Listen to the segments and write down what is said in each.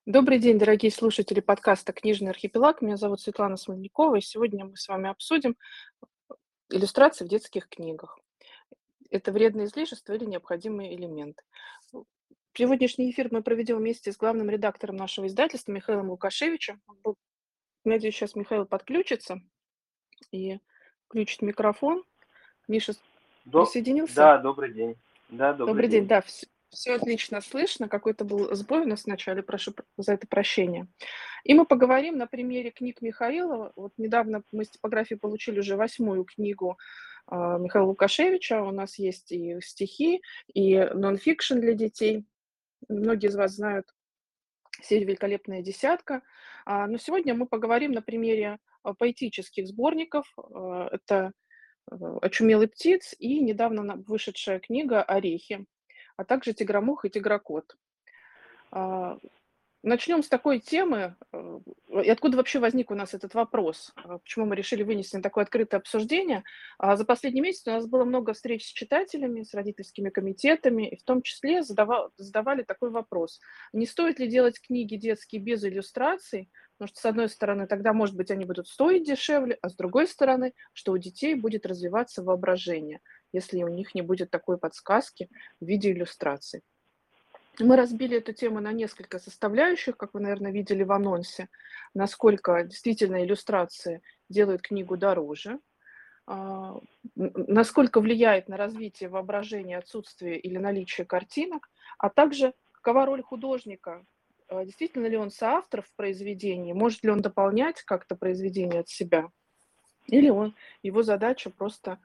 Добрый день, дорогие слушатели подкаста «Книжный архипелаг». Меня зовут Светлана Смольникова, и сегодня мы с вами обсудим иллюстрации в детских книгах. Это вредное излишество или необходимый элемент? Ну, Сегодняшний эфир мы проведем вместе с главным редактором нашего издательства Михаилом Лукашевичем. Надеюсь, сейчас Михаил подключится и включит микрофон. Миша До присоединился? Да, добрый день. Да, добрый Добрый день. день. Да, все отлично слышно. Какой-то был сбой у нас вначале, прошу за это прощения. И мы поговорим на примере книг Михаила. Вот недавно мы с типографией получили уже 8-ю книгу Михаила Лукашевича. У нас есть и стихи, и нонфикшн для детей. Многие из вас знают серию «Великолепная десятка». Но сегодня мы поговорим на примере поэтических сборников. Это «Очумелый птиц» и недавно вышедшая книга «Орехи», а также «Тигромух» и «Тигрокот». А, Начнем с такой темы. И откуда вообще возник у нас этот вопрос? Почему мы решили вынести на такое открытое обсуждение? За последний месяц у нас было много встреч с читателями, с родительскими комитетами, и в том числе задавали такой вопрос. Не стоит ли делать книги детские без иллюстраций? Потому что, с одной стороны, тогда, может быть, они будут стоить дешевле, а с другой стороны, что у детей будет развиваться воображение, если у них не будет такой подсказки в виде иллюстраций. Мы разбили эту тему на несколько составляющих, как вы, наверное, видели в анонсе, насколько действительно иллюстрации делают книгу дороже, а, насколько влияет на развитие воображения отсутствие или наличие картинок, а также какова роль художника. Действительно ли он соавтор в произведении, может ли он дополнять как-то произведение от себя, или его задача просто,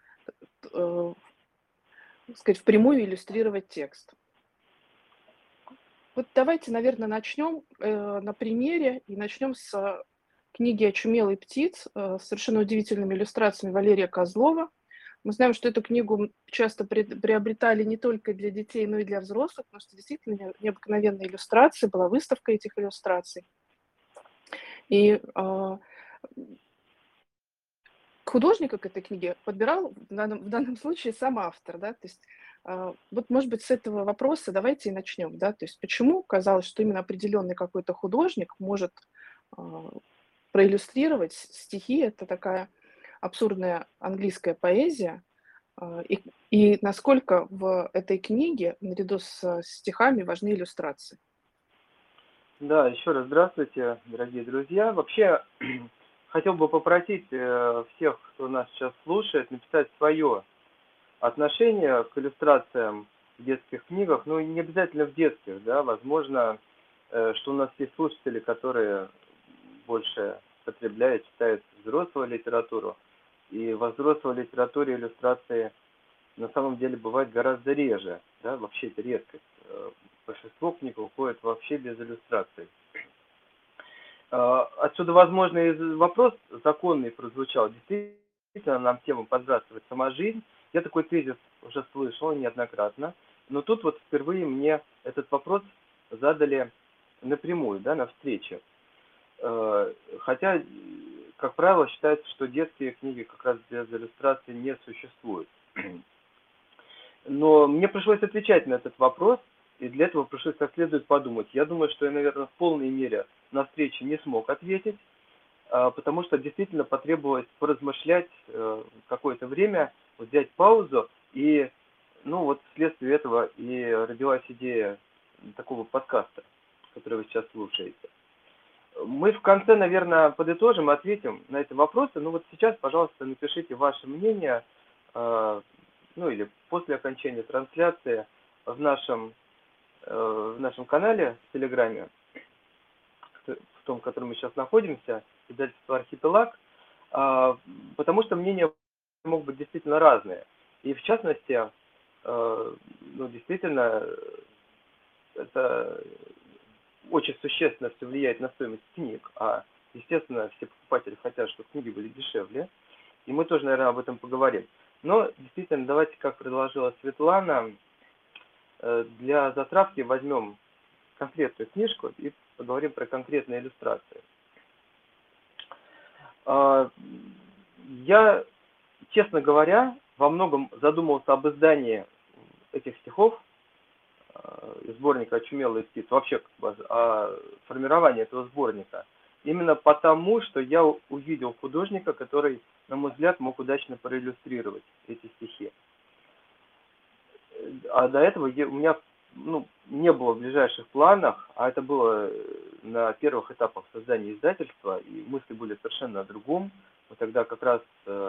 так сказать, впрямую иллюстрировать текст. Вот давайте, наверное, начнем, на примере и начнем с книги «Очумелый птиц», с совершенно удивительными иллюстрациями Валерия Козлова. Мы знаем, что эту книгу часто приобретали не только для детей, но и для взрослых, потому что действительно необыкновенные иллюстрации, была выставка этих иллюстраций. И художника к этой книге подбирал в данном случае сам автор, да. То есть, вот, может быть, с этого вопроса давайте и начнем, да. То есть почему казалось, что именно определенный какой-то художник может, а, проиллюстрировать стихи? Это такая абсурдная английская поэзия. И насколько в этой книге наряду с стихами важны иллюстрации? Да, еще раз здравствуйте, дорогие друзья. Вообще, хотел бы попросить всех, кто нас сейчас слушает, написать свое отношение к иллюстрациям в детских книгах. Ну, и не обязательно в детских, да, возможно, что у нас есть слушатели, которые больше потребляют, читают взрослую литературу. И во взрослой литературе иллюстрации на самом деле бывает гораздо реже, да, вообще это редкость. Большинство книг уходит вообще без иллюстраций. Отсюда, возможно, и вопрос законный прозвучал. Действительно, нам тему подбрасывает сама жизнь. Я такой тезис уже слышал неоднократно, но тут вот впервые мне этот вопрос задали напрямую, да, на встрече. Хотя, как правило, считается, что детские книги как раз без иллюстраций не существуют. Но мне пришлось отвечать на этот вопрос, и для этого пришлось как следует подумать. Я думаю, что я, наверное, в полной мере на встрече не смог ответить, потому что действительно потребовалось поразмышлять какое-то время, вот взять паузу, и, ну, вот вследствие этого и родилась идея такого подкаста, который вы сейчас слушаете. Мы в конце, наверное, подытожим, ответим на эти вопросы. Ну вот сейчас, пожалуйста, напишите ваше мнение, ну или после окончания трансляции в нашем канале в Телеграме, в том, в котором мы сейчас находимся, издательство «Архипелаг», потому что мнения могут быть действительно разные. И в частности, ну, действительно, это очень существенно все влияет на стоимость книг, а, естественно, все покупатели хотят, чтобы книги были дешевле, и мы тоже, наверное, об этом поговорим. Но, действительно, давайте, как предложила Светлана, для затравки возьмем конкретную книжку и поговорим про конкретные иллюстрации. Я, честно говоря, во многом задумался об издании этих стихов из сборника «Очумелые птицы», вообще как бы, о формировании этого сборника. Именно потому, что я увидел художника, который, на мой взгляд, мог удачно проиллюстрировать эти стихи. А до этого у меня не было в ближайших планах, а это было на первых этапах создания издательства, и мысли были совершенно о другом. Мы тогда как раз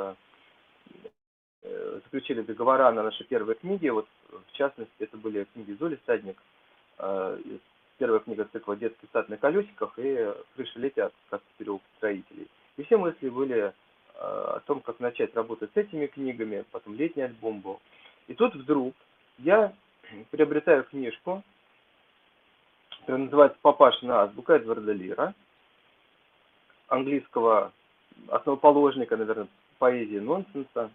заключили договора на наши первые книги. Вот, в частности, это были книги Золи Стадник, первая книга цикла «Детский сад на колесиках» и «Крыши летят», как в переулке строителей. И все мысли были о том, как начать работать с этими книгами, потом летний альбом был. И тут вдруг я приобретаю книжку, которая называется «Папашина азбука» Эдварда Лира, английского основоположника, наверное, поэзии нонсенса.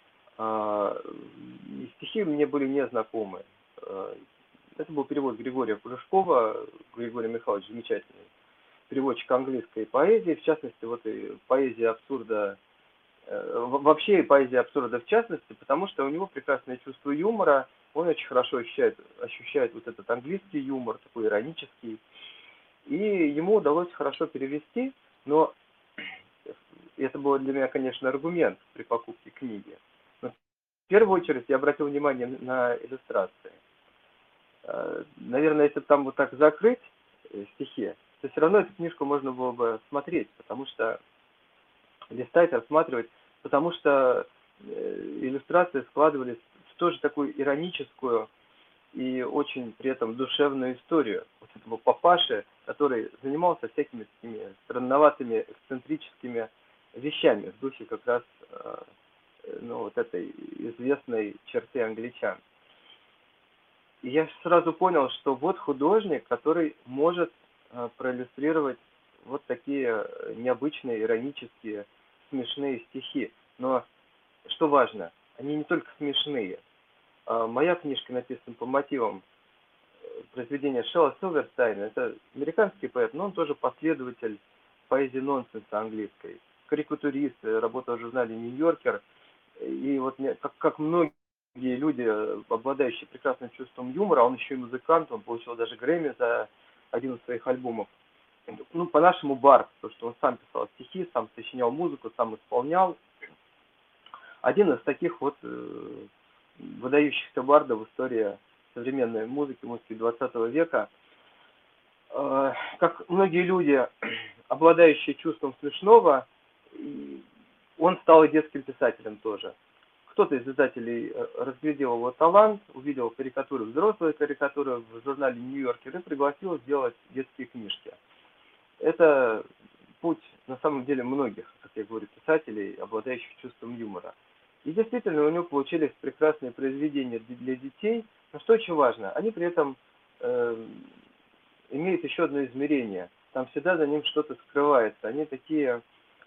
И стихи мне были незнакомы. Это был перевод Григория Пурышкова. Григорий Михайлович замечательный переводчик английской поэзии, в частности, вот и поэзия абсурда, вообще и поэзия абсурда в частности, потому что у него прекрасное чувство юмора, он очень хорошо ощущает вот этот английский юмор, такой иронический, и ему удалось хорошо перевести, но это был для меня, конечно, аргумент при покупке книги. Но в первую очередь я обратил внимание на иллюстрации. Наверное, если там вот так закрыть стихи, то все равно эту книжку можно было бы смотреть, потому что листать, рассматривать, потому что иллюстрации складывались в тоже такую ироническую и очень при этом душевную историю вот этого папаши, который занимался всякими такими странноватыми, эксцентрическими вещами в духе как раз вот этой известной черты англичан. И я сразу понял, что вот художник, который может проиллюстрировать вот такие необычные, иронические, смешные стихи. Но, что важно, они не только смешные. Моя книжка написана по мотивам произведения Шелла Силверстайна. Это американский поэт, но он тоже последователь поэзии нонсенса английской. Карикатурист, работал в журнале «Нью-Йоркер». И вот как многие люди, обладающие прекрасным чувством юмора, он еще и музыкант, он получил даже Грэмми за один из своих альбомов. По-нашему бард, потому что он сам писал стихи, сам сочинял музыку, сам исполнял. Один из таких вот выдающихся бардов в истории современной музыки 20 века. Как многие люди, обладающие чувством смешного, он стал и детским писателем тоже. Кто-то из издателей разглядел его талант, увидел карикатуры, взрослые карикатуры в журнале «Нью-Йоркер» и пригласил сделать детские книжки. Это путь, на самом деле, многих, как я говорю, писателей, обладающих чувством юмора. И действительно, у него получились прекрасные произведения для детей, но что очень важно, они при этом имеют еще одно измерение. Там всегда за ним что-то скрывается. Они такие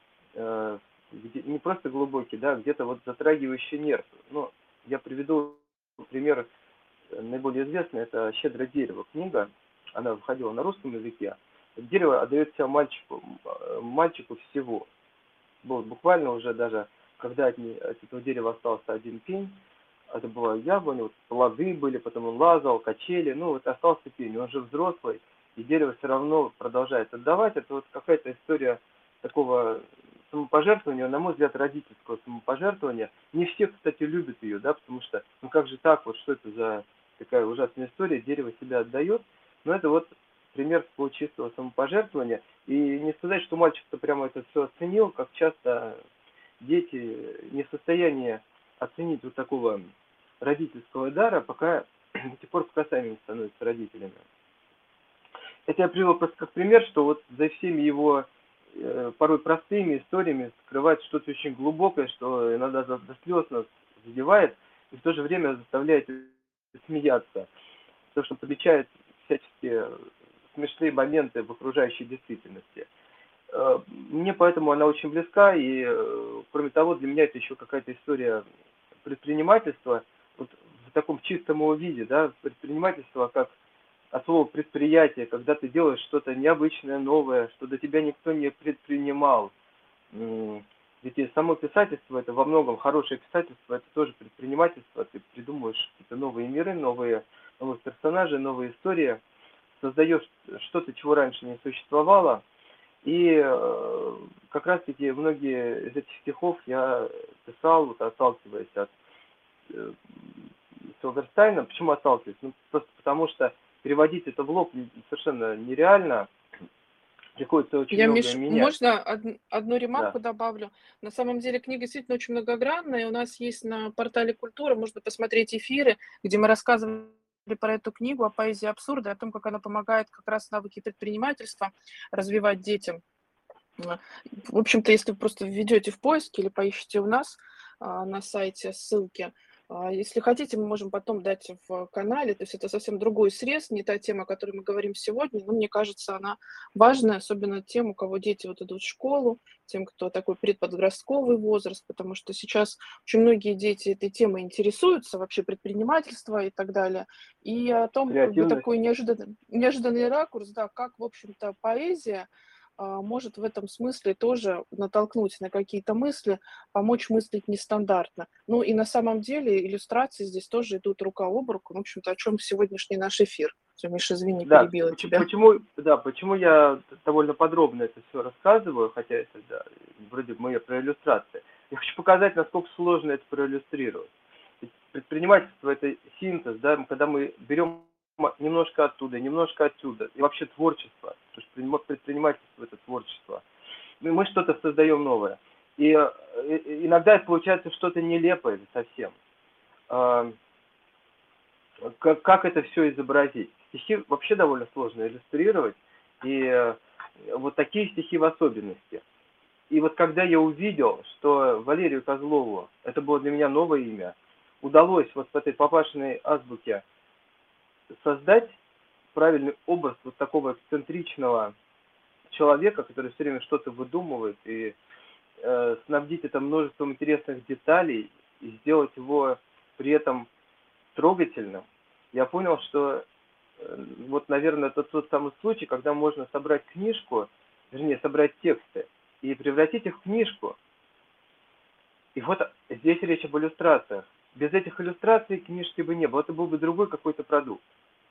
не просто глубокие, да, где-то вот затрагивающие нерв. Но я приведу пример наиболее известный, это «Щедрое дерево» книга, она выходила на русском языке. Дерево отдает себя мальчику всего. Было буквально уже даже, когда от этого дерева остался один пень, это была яблоня, вот плоды были, потом он лазал, качели, вот остался пень, он же взрослый, и дерево все равно продолжает отдавать. Это вот какая-то история такого самопожертвования, на мой взгляд, родительского самопожертвования. Не все, кстати, любят ее, да, потому что, как же так, вот что это за такая ужасная история, дерево себя отдает, но это вот пример такого чистого самопожертвования. И не сказать, что мальчик-то прямо это все оценил, как часто дети не в состоянии оценить вот такого родительского дара, до тех пор, пока сами не становятся родителями. Это я привел просто как пример, что вот за всеми его порой простыми историями скрывается что-то очень глубокое, что иногда до слез нас задевает, и в то же время заставляет смеяться. То, что подмечает всяческие смешные моменты в окружающей действительности. Мне поэтому она очень близка, и кроме того, для меня это еще какая-то история предпринимательства, вот в таком чистом его виде, да, предпринимательство как от слова предприятие, когда ты делаешь что-то необычное, новое, что до тебя никто не предпринимал. Ведь и само писательство, это во многом хорошее писательство, это тоже предпринимательство. Ты придумываешь какие-то новые миры, новые персонажи, новые истории, создаешь что-то, чего раньше не существовало. И как раз-таки многие из этих стихов я писал, вот, отталкиваясь от Силверстайна. Почему отталкиваюсь? Ну, просто потому что переводить это в лоб совершенно нереально. Приходится очень Я, многое Миш, менять. можно одну Да. ремарку добавлю? На самом деле книга действительно очень многогранная. У нас есть на портале «Культура», можно посмотреть эфиры, где мы рассказывали про эту книгу, о поэзии абсурда, о том, как она помогает как раз навыки предпринимательства развивать детям. В общем-то, если вы просто введете в поиск или поищите у нас на сайте ссылки, если хотите, мы можем потом дать в канале. То есть это совсем другой срез, не та тема, о которой мы говорим сегодня, но мне кажется, она важная, особенно тем, у кого дети вот идут в школу, тем, кто такой предподростковый возраст, потому что сейчас очень многие дети этой темой интересуются, вообще предпринимательство и так далее. И о том, как бы Креативность. такой неожиданный ракурс, да, как, в общем-то, поэзия может в этом смысле тоже натолкнуть на какие-то мысли, помочь мыслить нестандартно. Ну и на самом деле иллюстрации здесь тоже идут рука об руку. В общем-то, о чем сегодняшний наш эфир. Всё, Миша, извини, Да, перебила тебя. почему я довольно подробно это все рассказываю, хотя это, да, вроде бы моя про иллюстрации. Я хочу показать, насколько сложно это проиллюстрировать. Ведь предпринимательство – это синтез, да, когда мы берем немножко оттуда, немножко отсюда, и вообще творчество, потому что предпринимательство – это творчество. Мы что-то создаем новое. И иногда это получается что-то нелепое совсем. А, как это все изобразить? Стихи вообще довольно сложно иллюстрировать, и вот такие стихи в особенности. И вот когда я увидел, что Валерию Козлову, это было для меня новое имя, удалось вот в этой папашиной азбуке создать правильный образ вот такого эксцентричного человека, который все время что-то выдумывает, и снабдить это множеством интересных деталей, и сделать его при этом трогательным, я понял, что вот, наверное, это тот самый случай, когда можно собрать книжку, вернее, собрать тексты и превратить их в книжку. И вот здесь речь об иллюстрациях. Без этих иллюстраций книжки бы не было, это был бы другой какой-то продукт.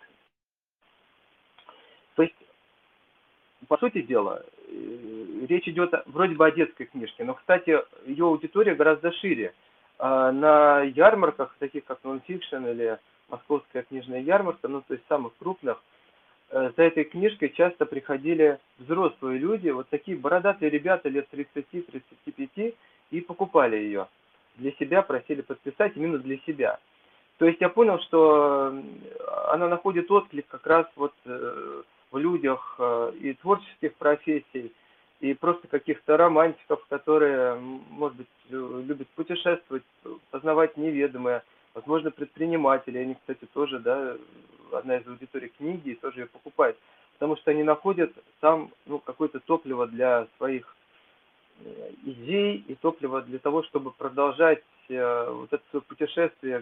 То есть, по сути дела, речь идет вроде бы о детской книжке, но, кстати, ее аудитория гораздо шире. На ярмарках, таких как Nonfiction или Московская книжная ярмарка, ну, то есть самых крупных, за этой книжкой часто приходили взрослые люди, вот такие бородатые ребята лет 30-35, и покупали ее. Для себя просили подписать именно для себя. То есть я понял, что она находит отклик как раз вот в людях и творческих профессий, и просто каких-то романтиков, которые, может быть, любят путешествовать, познавать неведомое, возможно, предприниматели, они, кстати, тоже, да, одна из аудиторий книги, и тоже ее покупают, потому что они находят там, ну, какое-то топливо для своих идей и топливо для того, чтобы продолжать вот это свое путешествие в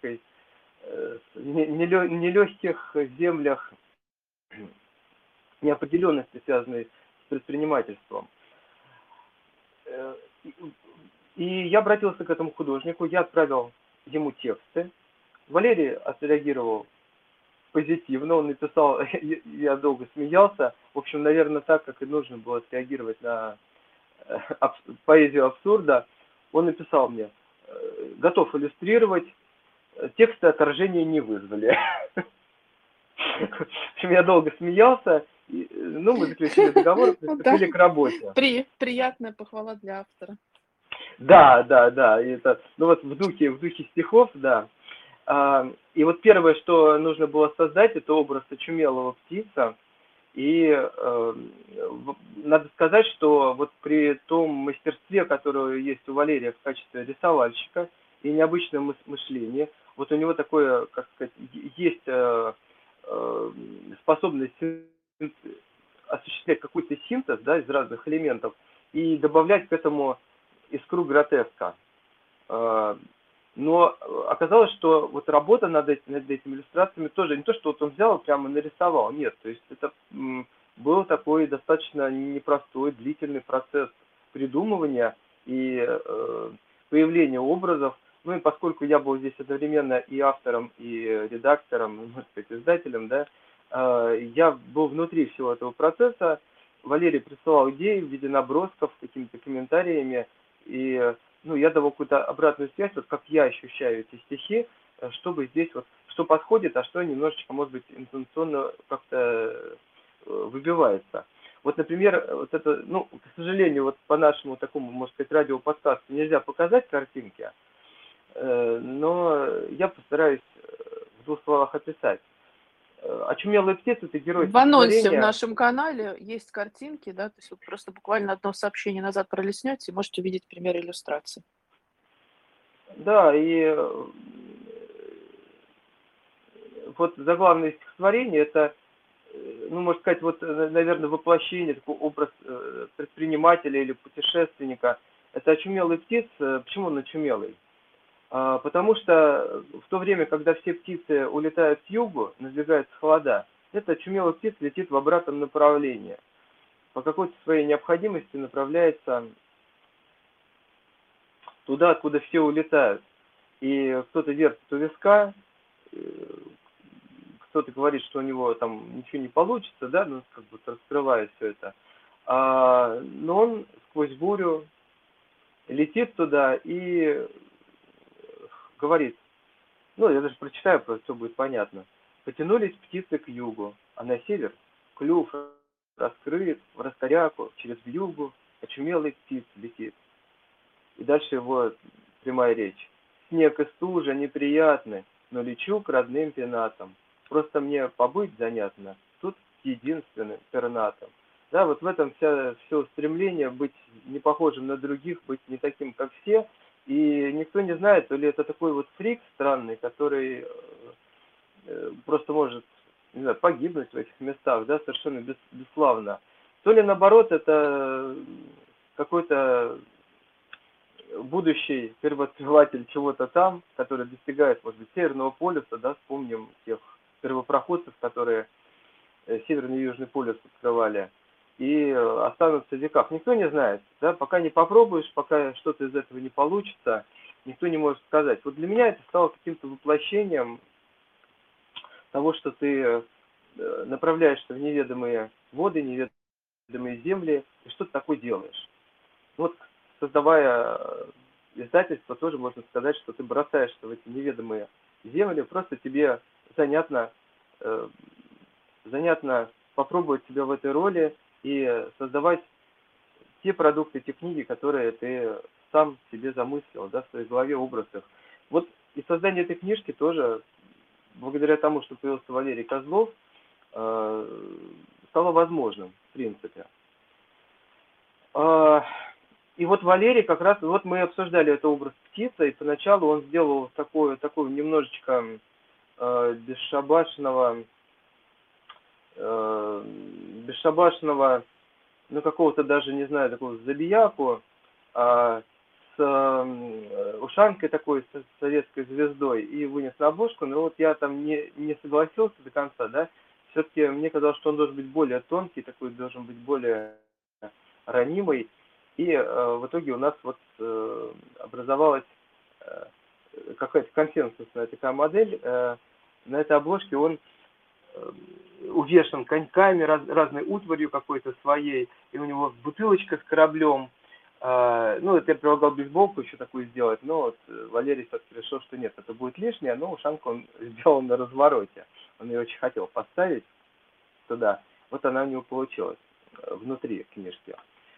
нелегких землях неопределенности, связанной с предпринимательством. И я обратился к этому художнику, я отправил ему тексты. Валерий отреагировал позитивно, он написал, я долго смеялся, в общем, наверное, так, как и нужно было отреагировать на поэзию абсурда. Он написал мне: готов иллюстрировать, тексты отторжения не вызвали. В общем, я долго смеялся, ну, мы заключили договор и Да, приступили к работе. приятная похвала для автора. Да, и это, ну вот в духе стихов, да. И вот первое, что нужно было создать, это образ очумелого птица. И надо сказать, что вот при том мастерстве, которое есть у Валерия в качестве рисовальщика и необычном мышлении, вот у него такое, как сказать, есть способность осуществлять какой-то синтез, да, из разных элементов и добавлять к этому искру гротеска. Но оказалось, что вот работа над этими иллюстрациями тоже не то, что вот он взял и прямо нарисовал, нет, то есть это был такой достаточно непростой, длительный процесс придумывания и появление образов. Ну и поскольку я был здесь одновременно и автором, и редактором, можно сказать, издателем, да, я был внутри всего этого процесса. Валерий присылал идеи в виде набросков с какими-то комментариями, и ну, я давал какую-то обратную связь, вот как я ощущаю эти стихи, чтобы здесь вот, что подходит, а что немножечко, может быть, интонационно как-то выбивается. Вот, например, вот это, ну, к сожалению, вот по нашему такому, можно сказать, радиоподкасту нельзя показать картинки, но я постараюсь в двух словах описать. Очумелые птицы – это герой В анонсе в стихотворения. нашем канале есть картинки, да, то есть вот просто буквально одно сообщение назад пролистнете и можете увидеть пример иллюстрации. Да, и вот заглавное стихотворение – это, ну, можно сказать, вот, наверное, воплощение, такой образ предпринимателя или путешественника. Это очумелый птиц. Почему он очумелый? Потому что в то время, когда все птицы улетают к югу, надвигается холода, эта очумелая птица летит в обратном направлении. По какой-то своей необходимости направляется туда, откуда все улетают. И кто-то вертит у виска, кто-то говорит, что у него там ничего не получится, да, ну, как бы раскрывает все это. Но он сквозь бурю летит туда и говорит, ну, я даже прочитаю, просто все будет понятно. Потянулись птицы к югу, а на север клюв раскрыт, в раскоряку, через вьюгу, очумелый птиц летит. И дальше его прямая речь. Снег и стужа неприятны, но лечу к родным пенатам. Просто мне побыть занятно, тут единственным пернатом. Да, вот в этом все стремление быть не похожим на других, быть не таким, как все. И никто не знает, то ли это такой вот фрик странный, который просто может, не знаю, погибнуть в этих местах, да, совершенно бесславно. То ли наоборот, это какой-то будущий первооткрыватель чего-то там, который достигает, может быть, Северного полюса, да, вспомним тех первопроходцев, которые Северный и Южный полюс открывали, и останутся в веках. Никто не знает, да, пока не попробуешь, пока что-то из этого не получится, никто не может сказать. Вот для меня это стало каким-то воплощением того, что ты направляешься в неведомые воды, неведомые земли, и что ты такое делаешь. Вот, создавая издательство, тоже можно сказать, что ты бросаешься в эти неведомые земли, просто тебе занятно, занятно попробовать себя в этой роли и создавать те продукты, те книги, которые ты сам себе замыслил, да, в своей голове, образах. Вот и создание этой книжки тоже, благодаря тому, что появился Валерий Козлов, стало возможным, в принципе. И вот Валерий как раз, вот мы обсуждали этот образ птицы, и поначалу он сделал такую немножечко бесшабашного, ну какого-то даже, не знаю, такого забияку, с ушанкой такой, с советской звездой, и вынес на обложку, но вот я там не согласился до конца, да, все-таки мне казалось, что он должен быть более тонкий, такой должен быть более ранимый, и в итоге у нас вот образовалась какая-то консенсусная такая модель. На этой обложке он увешан коньками, разной утварью какой-то своей, и у него бутылочка с кораблем. Ну, это я предлагал бейсболку еще такую сделать, но вот Валерий все-таки решил, что нет, это будет лишнее, но ушанку он сделал на развороте. Он ее очень хотел поставить туда. Вот она у него получилась внутри книжки.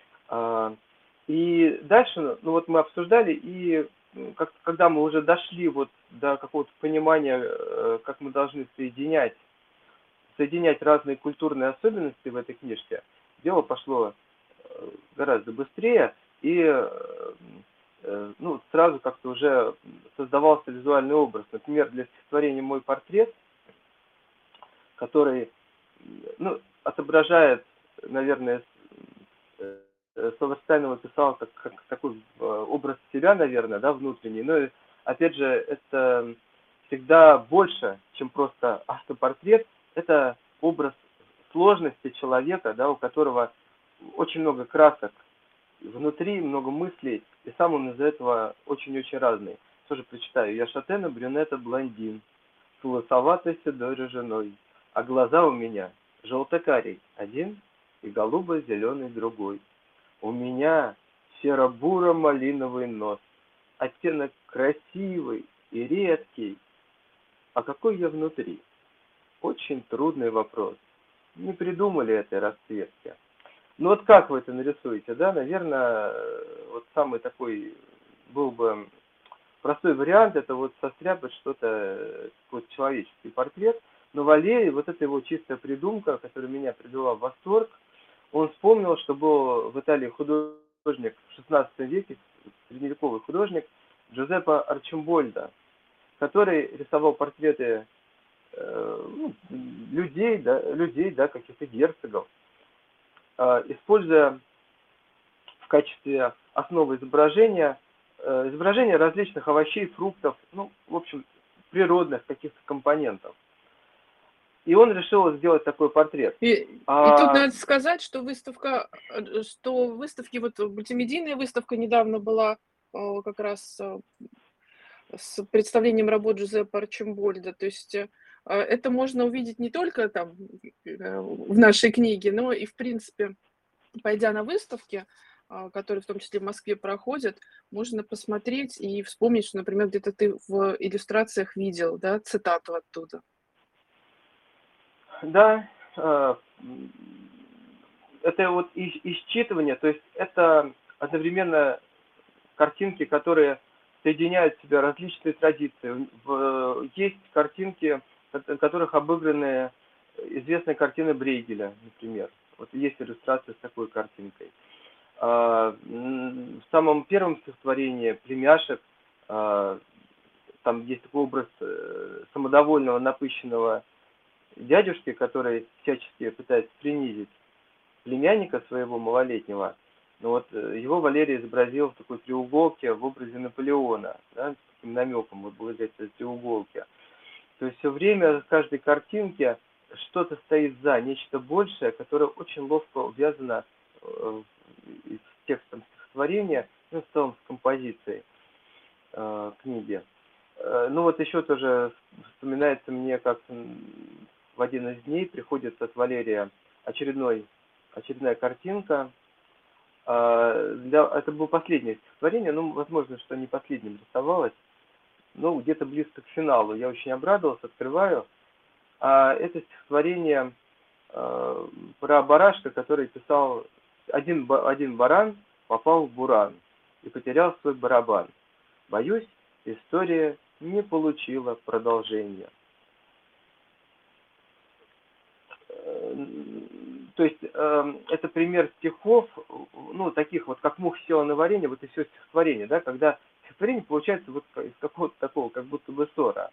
И дальше, ну вот мы обсуждали, и когда мы уже дошли вот до какого-то понимания, как мы должны соединять разные культурные особенности в этой книжке, дело пошло гораздо быстрее, и ну, сразу как-то уже создавался визуальный образ. Например, для стихотворения «Мой портрет», который, ну, отображает, наверное, Солженицын писал как такой образ себя, наверное, да, внутренний, но опять же, это всегда больше, чем просто автопортрет, это образ сложности человека, да, у которого очень много красок внутри много мыслей, и сам он из-за этого очень-очень разный. Тоже прочитаю. Я шатена, брюнета, блондин, с лысоватой седой рыжиной, а глаза у меня желто-карий один и голубо-зеленый другой. У меня серо-буро-малиновый нос, оттенок красивый и редкий. А какой я внутри? Очень трудный вопрос. Не придумали этой расцветки. Ну вот как вы это нарисуете, да? Наверное, вот самый такой был бы простой вариант, это вот состряпать что-то, какой-то человеческий портрет. Но Валерий, вот эта его чистая придумка, которая меня привела в восторг, он вспомнил, что был в Италии художник в XVI веке, средневековый художник Джузеппе Арчимбольдо, который рисовал портреты ну, людей, да, каких-то герцогов, используя в качестве основы изображения различных овощей, фруктов, ну, в общем, природных каких-то компонентов. И он решил сделать такой портрет. И тут надо сказать, что что выставки, вот мультимедийная выставка недавно была как раз с представлением работ Джузеппе Арчимбольда. То есть это можно увидеть не только там в нашей книге, но и, в принципе, пойдя на выставки, которые в том числе в Москве проходят, можно посмотреть и вспомнить, что, например, где-то ты в иллюстрациях видел, да, цитату оттуда. Да, это вот исчитывание, то есть это одновременно картинки, которые соединяют в себя различные традиции. Есть картинки, в которых обыграны известные картины Брейгеля, например. Вот есть иллюстрация с такой картинкой. В самом первом стихотворении «Племяшек» там есть такой образ самодовольного, напыщенного дядюшки, который всячески пытается принизить племянника своего малолетнего. Но вот его Валерий изобразил в такой треуголке в образе Наполеона, да, с таким намеком, вот благодаря этой треуголке. То есть все время в каждой картинке что-то стоит за, нечто большее, которое очень ловко увязано с текстом стихотворения, ну, в целом с композицией книги. Ну вот еще тоже вспоминается мне, как в один из дней приходит от Валерия очередная картинка. Это было последнее стихотворение, ну, возможно, что не последним рисовалось, но где-то близко к финалу. Я очень обрадовался, открываю. Это стихотворение про барашка, который писал: один баран попал в буран и потерял свой барабан. Боюсь, история не получила продолжения. То есть это пример стихов, ну, таких вот, как мух села на варенье, вот и все стихотворение, да, когда стихотворение получается вот из какого-то такого, как будто бы ссора.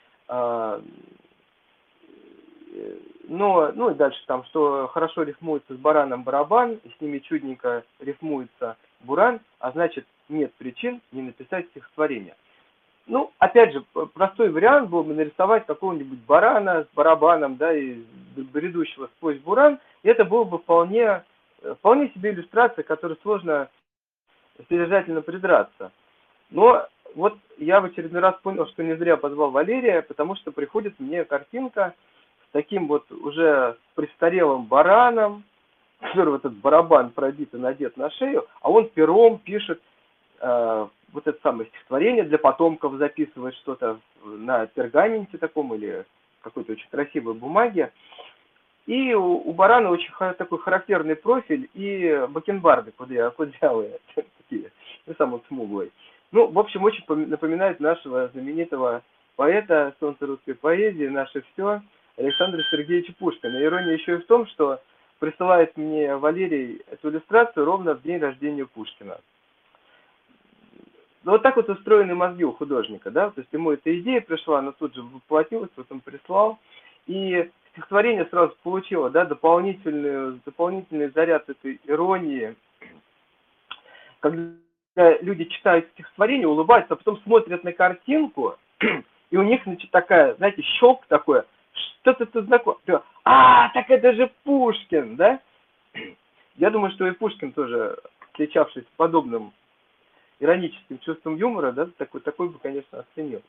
Но, ну и дальше там, что хорошо рифмуется с бараном барабан, и с ними чудненько рифмуется буран, а значит нет причин не написать стихотворение. Ну, опять же, простой вариант был бы нарисовать какого-нибудь барана с барабаном, да, и бредущего сквозь буран, и это было бы вполне себе иллюстрация, к которой сложно содержательно придраться. Но вот я в очередной раз понял, что не зря позвал Валерия, потому что приходит мне картинка с таким вот уже престарелым бараном, у которого этот барабан пробит и надет на шею, а он пером пишет вот это самое стихотворение, для потомков записывает что-то на пергаменте таком или какой-то очень красивой бумаге. И у барана очень такой характерный профиль и бакенбарды кудрявые, такие, и сам он смуглый. Ну, в общем, очень напоминает нашего знаменитого поэта солнца русской поэзии, наше все, Александра Сергеевича Пушкина. Ирония еще и в том, что присылает мне Валерий эту иллюстрацию ровно в день рождения Пушкина. Ну, вот так вот устроены мозги у художника, да, то есть ему эта идея пришла, она тут же воплотилась, вот он прислал, и стихотворение сразу получило, да, дополнительный заряд этой иронии, когда люди читают стихотворение, улыбаются, а потом смотрят на картинку, и у них, значит, такая, знаете, щелк такое, что-то тут знакомое, так это же Пушкин, да? Я думаю, что и Пушкин тоже отличавшись подобным ироническим чувством юмора, да, такой бы, конечно, оценил.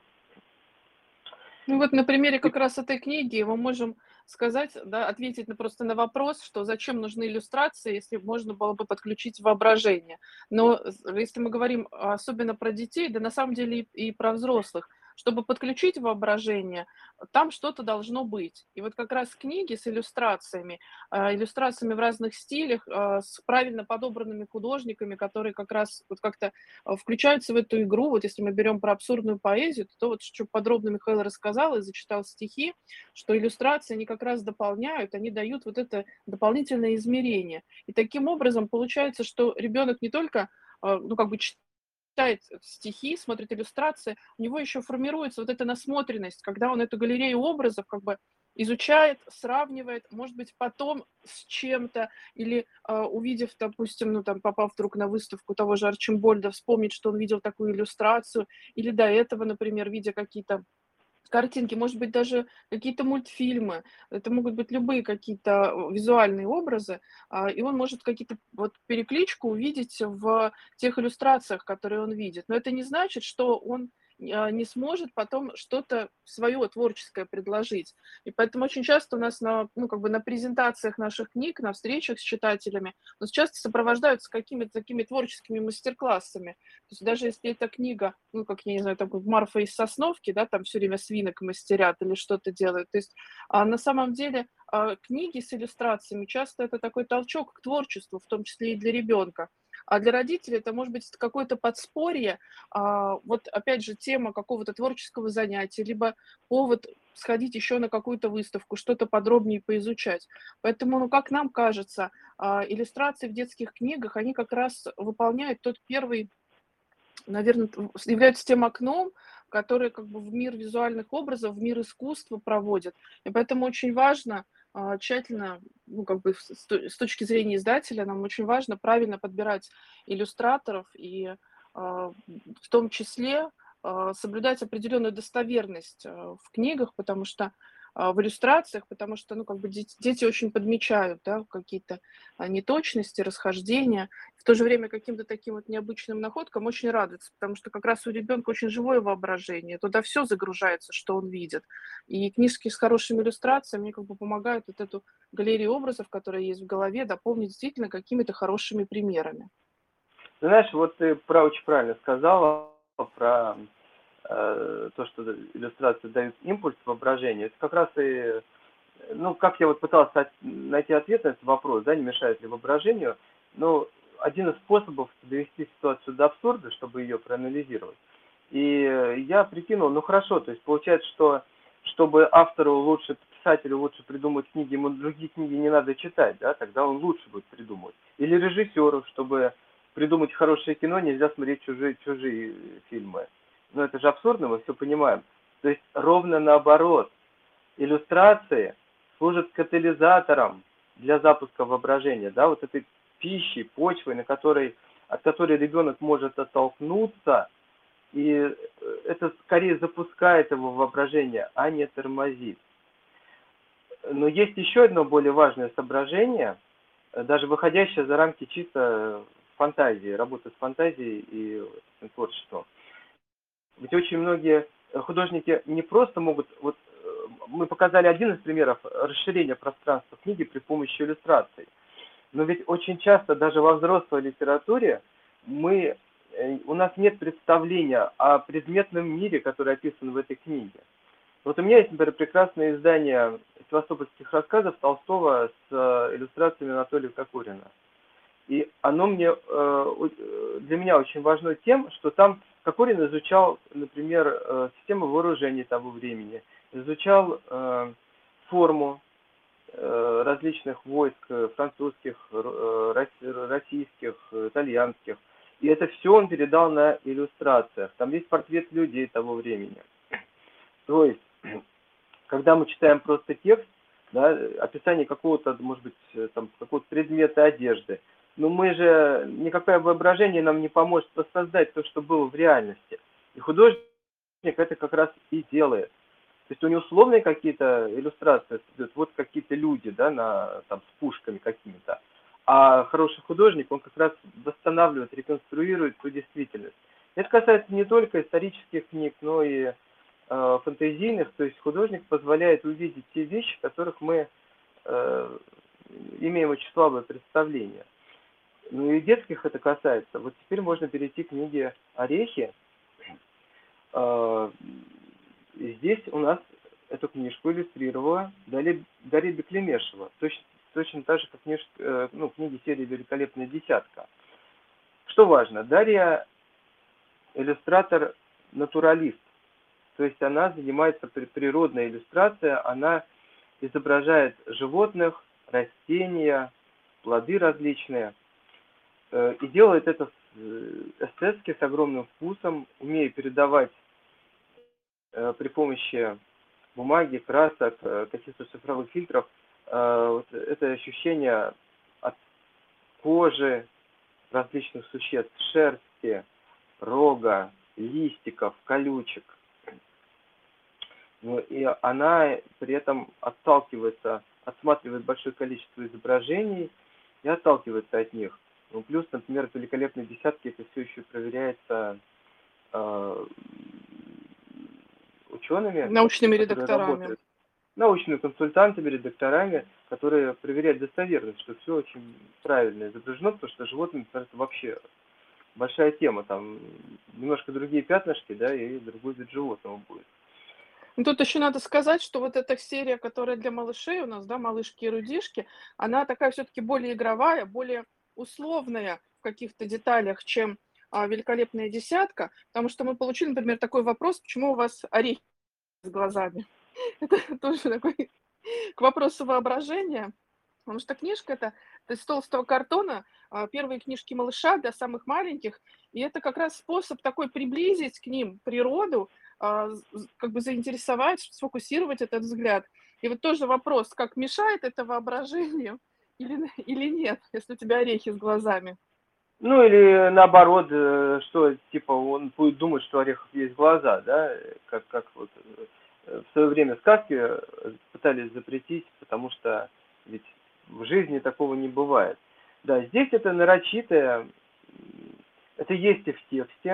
Ну вот на примере И как раз этой книги мы можем сказать, да, ответить просто на вопрос, что зачем нужны иллюстрации, если можно было бы подключить воображение. Но если мы говорим особенно про детей, да на самом деле и про взрослых, чтобы подключить воображение, там что-то должно быть. И вот как раз книги с иллюстрациями в разных стилях, с правильно подобранными художниками, которые как раз вот как-то включаются в эту игру. Вот если мы берем про абсурдную поэзию, то вот что подробно Михаил рассказал и зачитал стихи, что иллюстрации, они как раз дополняют, они дают вот это дополнительное измерение. И таким образом получается, что ребенок не только, ну, как бы читает стихи, смотрит иллюстрации, у него еще формируется вот эта насмотренность, когда он эту галерею образов как бы изучает, сравнивает, может быть, потом с чем-то или, увидев, допустим, ну, там, попав вдруг на выставку того же Арчимбольда, вспомнит, что он видел такую иллюстрацию, или до этого, например, видя какие-то картинки, может быть, даже какие-то мультфильмы. Это могут быть любые какие-то визуальные образы, и он может какие-то вот перекличку увидеть в тех иллюстрациях, которые он видит. Но это не значит, что он не сможет потом что-то свое творческое предложить. И поэтому очень часто у нас на, ну, как бы на презентациях наших книг, на встречах с читателями, у нас часто сопровождаются какими-то такими творческими мастер-классами. То есть даже если эта книга, ну, как, я не знаю, там, Марфа из Сосновки, да, там все время свинок мастерят или что-то делают. То есть, на самом деле, книги с иллюстрациями часто это такой толчок к творчеству, в том числе и для ребенка. А для родителей это может быть какое-то подспорье, вот опять же тема какого-то творческого занятия, либо повод сходить еще на какую-то выставку, что-то подробнее поизучать. Поэтому, ну, как нам кажется, иллюстрации в детских книгах, они как раз выполняют тот первый, наверное, являются тем окном, который как бы в мир визуальных образов, в мир искусства проводит. И поэтому очень важно, тщательно, ну, как бы с точки зрения издателя, нам очень важно правильно подбирать иллюстраторов и, в том числе, соблюдать определенную достоверность, в книгах, потому что, в иллюстрациях, потому что, ну, как бы дети очень подмечают, да, какие-то, неточности, расхождения. В то же время каким-то таким вот необычным находкам очень радуется, потому что как раз у ребенка очень живое воображение, туда все загружается, что он видит. И книжки с хорошими иллюстрациями, они как бы помогают вот эту галерею образов, которая есть в голове, дополнить действительно какими-то хорошими примерами. ты знаешь, вот ты очень правильно сказала про то, что иллюстрации дают импульс воображению. Это как раз и, ну, как я вот пытался найти ответ на этот вопрос, да, не мешает ли воображению. Ну, один из способов довести ситуацию до абсурда, чтобы ее проанализировать. И я прикинул, ну хорошо, то есть получается, что чтобы автору лучше, писателю лучше придумать книги, ему другие книги не надо читать, да, тогда он лучше будет придумывать. Или режиссеру, чтобы придумать хорошее кино, нельзя смотреть чужие фильмы. Но это же абсурдно, мы все понимаем. То есть ровно наоборот. Иллюстрации служат катализатором для запуска воображения, да, вот этой пищей, почвой, от которой ребенок может оттолкнуться, и это скорее запускает его воображение, а не тормозит. Но есть еще одно более важное соображение, даже выходящее за рамки чисто фантазии, работы с фантазией и творчеством. Ведь очень многие художники не просто могут, вот мы показали один из примеров расширения пространства книги при помощи иллюстраций, но ведь очень часто даже во взрослой литературе у нас нет представления о предметном мире, который описан в этой книге. Вот у меня есть, например, прекрасное издание севастопольских рассказов Толстого с иллюстрациями Анатолия Кокорина. И оно для меня очень важно тем, что там Кокорин изучал, например, систему вооружений того времени, изучал форму различных войск, французских, российских, итальянских. И это все он передал на иллюстрациях. Там есть портрет людей того времени. То есть, когда мы читаем просто текст, да, описание какого-то, может быть, там, какого-то предмета одежды, но никакое воображение нам не поможет воссоздать то, что было в реальности. И художник это как раз и делает. То есть у него условные какие-то иллюстрации, вот какие-то люди, да, там, с пушками какими-то. А хороший художник, он как раз восстанавливает, реконструирует ту действительность. Это касается не только исторических книг, но и фэнтезийных, то есть художник позволяет увидеть те вещи, которых мы имеем очень слабое представление. Ну и детских это касается. Вот теперь можно перейти к книге «Орехи». Здесь у нас эту книжку иллюстрировала Дарья Беклемешева. Точно так же, как книги серии «Великолепная десятка». Что важно, Дарья иллюстратор-натуралист. То есть она занимается природной иллюстрацией, она изображает животных, растения, плоды различные. И делает это эстетски, с огромным вкусом, умея передавать при помощи бумаги, красок, каких-то цифровых фильтров вот это ощущение от кожи различных существ, шерсти, рога, листиков, колючек. Ну, и она при этом отсматривает большое количество изображений и отталкивается от них. Ну, плюс, например, в «Великолепной десятке» это все еще проверяется учеными, Научными которые редакторами. работают, научными консультантами, редакторами, которые проверяют достоверность, что все очень правильно изображено, потому что животные, это вообще большая тема, там немножко другие пятнышки, да, и другой вид животного будет. Ну, тут еще надо сказать, что вот эта серия, которая для малышей у нас, да, «Малышки и Рудишки», она такая все-таки более игровая, более условная в каких-то деталях, чем «Великолепная десятка», потому что мы получили, например, такой вопрос, почему у вас орехи с глазами? Это тоже такой к вопросу воображения. Потому что книжка это из толстого картона, первые книжки малыша для самых маленьких. И это как раз способ такой приблизить к ним природу, как бы заинтересовать, сфокусировать этот взгляд. И вот тоже вопрос, как мешает это воображению или нет, если у тебя орехи с глазами? Ну или наоборот, что типа он будет думать, что у орехов есть глаза, да, как вот в свое время сказки пытались запретить, потому что ведь в жизни такого не бывает. Да, здесь это нарочитое, это есть и в тексте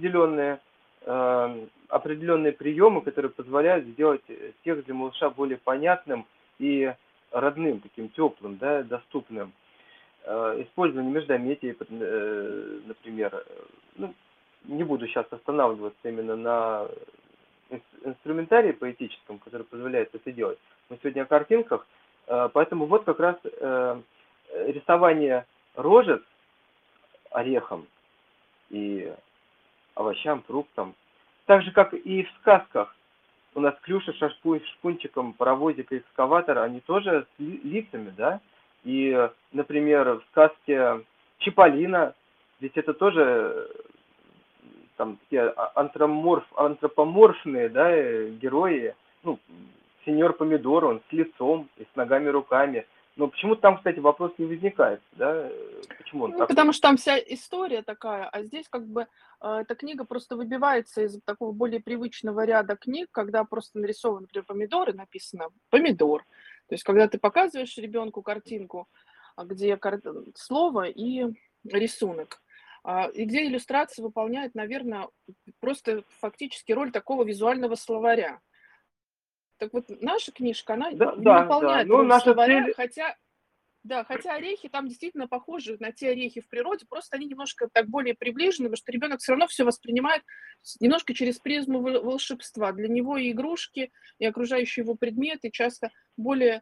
определенные приемы, которые позволяют сделать текст для малыша более понятным и родным, таким теплым, да, доступным. Использование междометий, например. Ну, не буду сейчас останавливаться именно на инструментарии поэтическом, который позволяет это делать. Мы сегодня о картинках, поэтому вот как раз рисование рожек орехом и овощам, фруктам. Так же, как и в сказках. У нас Клюша, Шпунчиком, Паровозик и Экскаватор, они тоже с лицами, да? И, например, в сказке Чиполлино, ведь это тоже там такие антропоморфные, да, герои. Ну, сеньор Помидор, он с лицом и с ногами, руками. Но почему-то там, кстати, вопрос не возникает, да? Почему он Ну, потому такой? что там вся история такая, а здесь как бы эта книга просто выбивается из такого более привычного ряда книг, когда просто нарисован, например, помидор и написано «помидор». То есть когда ты показываешь ребенку картинку, где слово и рисунок, и где иллюстрация выполняет, наверное, просто фактически роль такого визуального словаря. Так вот, наша книжка, она Да, не да, да. выполняет Но роль наша словаря, цель, хотя орехи там действительно похожи на те орехи в природе, просто они немножко так более приближены, потому что ребенок все равно все воспринимает немножко через призму волшебства. Для него и игрушки, и окружающие его предметы часто более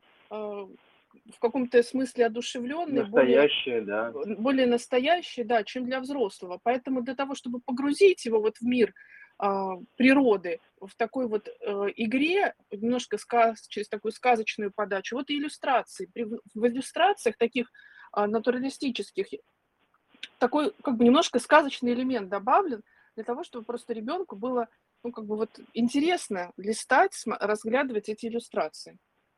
в каком-то смысле одушевленные, настоящая, да. более настоящие, да, чем для взрослого. Поэтому для того, чтобы погрузить его вот в мир природы, в такой вот игре, немножко через такую сказочную подачу, вот и иллюстрации. В иллюстрациях таких натуралистических такой как бы немножко сказочный элемент добавлен для того, чтобы просто ребенку было, ну, как бы вот интересно листать, разглядывать эти иллюстрации.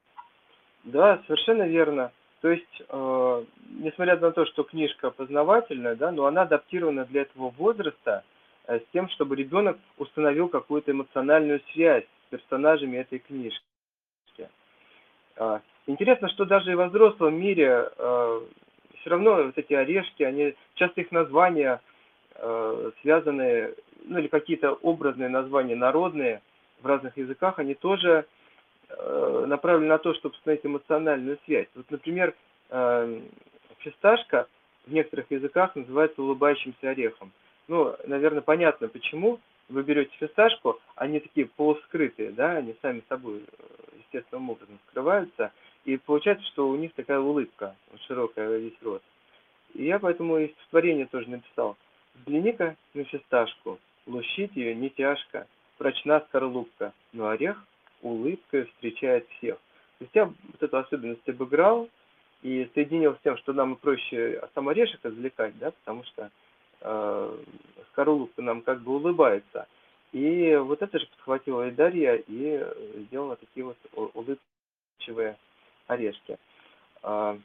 Да, совершенно верно. То есть, несмотря на то, что книжка познавательная, да, но она адаптирована для этого возраста с тем, чтобы ребенок установил какую-то эмоциональную связь с персонажами этой книжки. Интересно, что даже и во взрослом мире все равно вот эти орешки, они, часто их названия связаны, ну или какие-то образные названия народные в разных языках, они тоже направлены на то, чтобы установить эмоциональную связь. Вот, например, фисташка в некоторых языках называется улыбающимся орехом. Ну, наверное, понятно, почему. Вы берете фисташку, они такие полускрытые, да, они сами собой естественным образом скрываются, и получается, что у них такая улыбка, широкая во весь рот. И я поэтому и стихотворение тоже написал. Взгляни-ка на фисташку, лущить ее не тяжко, прочна скорлупка, но орех улыбкой встречает всех. То есть я вот эту особенность обыграл и соединил с тем, что нам проще сам орешек извлекать, да, потому что скорлупка нам как бы улыбается. И вот это же подхватила и Дарья, и сделала такие вот улыбчивые орешки. То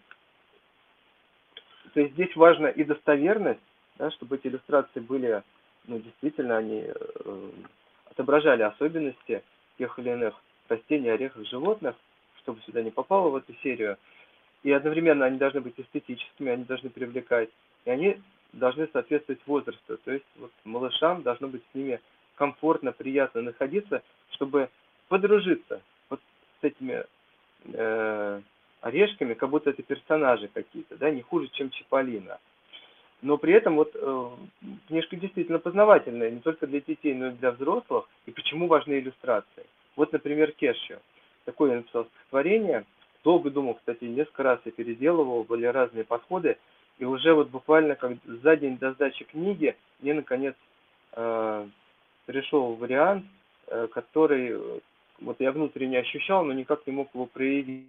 есть здесь важна и достоверность, да, чтобы эти иллюстрации были, ну, действительно, они отображали особенности тех или иных растений, орехов, животных, чтобы сюда не попало в эту серию. И одновременно они должны быть эстетическими, они должны привлекать, и они должны соответствовать возрасту. То есть вот малышам должно быть с ними комфортно, приятно находиться, чтобы подружиться вот с этими орешками, как будто это персонажи какие-то, да, не хуже, чем Чиполлино. Но при этом вот книжка действительно познавательная, не только для детей, но и для взрослых. И почему важны иллюстрации? Вот, например, Кешью. Такое я написал стихотворение. Долго думал, кстати, несколько раз я переделывал, были разные подходы. И уже вот буквально как за день до сдачи книги мне, наконец, пришел вариант, который вот я внутренне ощущал, но никак не мог его проявить.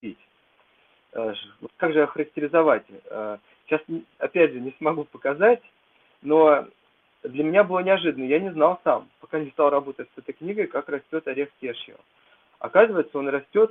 Как же охарактеризовать? Сейчас, опять же, не смогу показать, но для меня было неожиданно. Я не знал сам, пока не стал работать с этой книгой, как растет орех кешью. Оказывается, он растет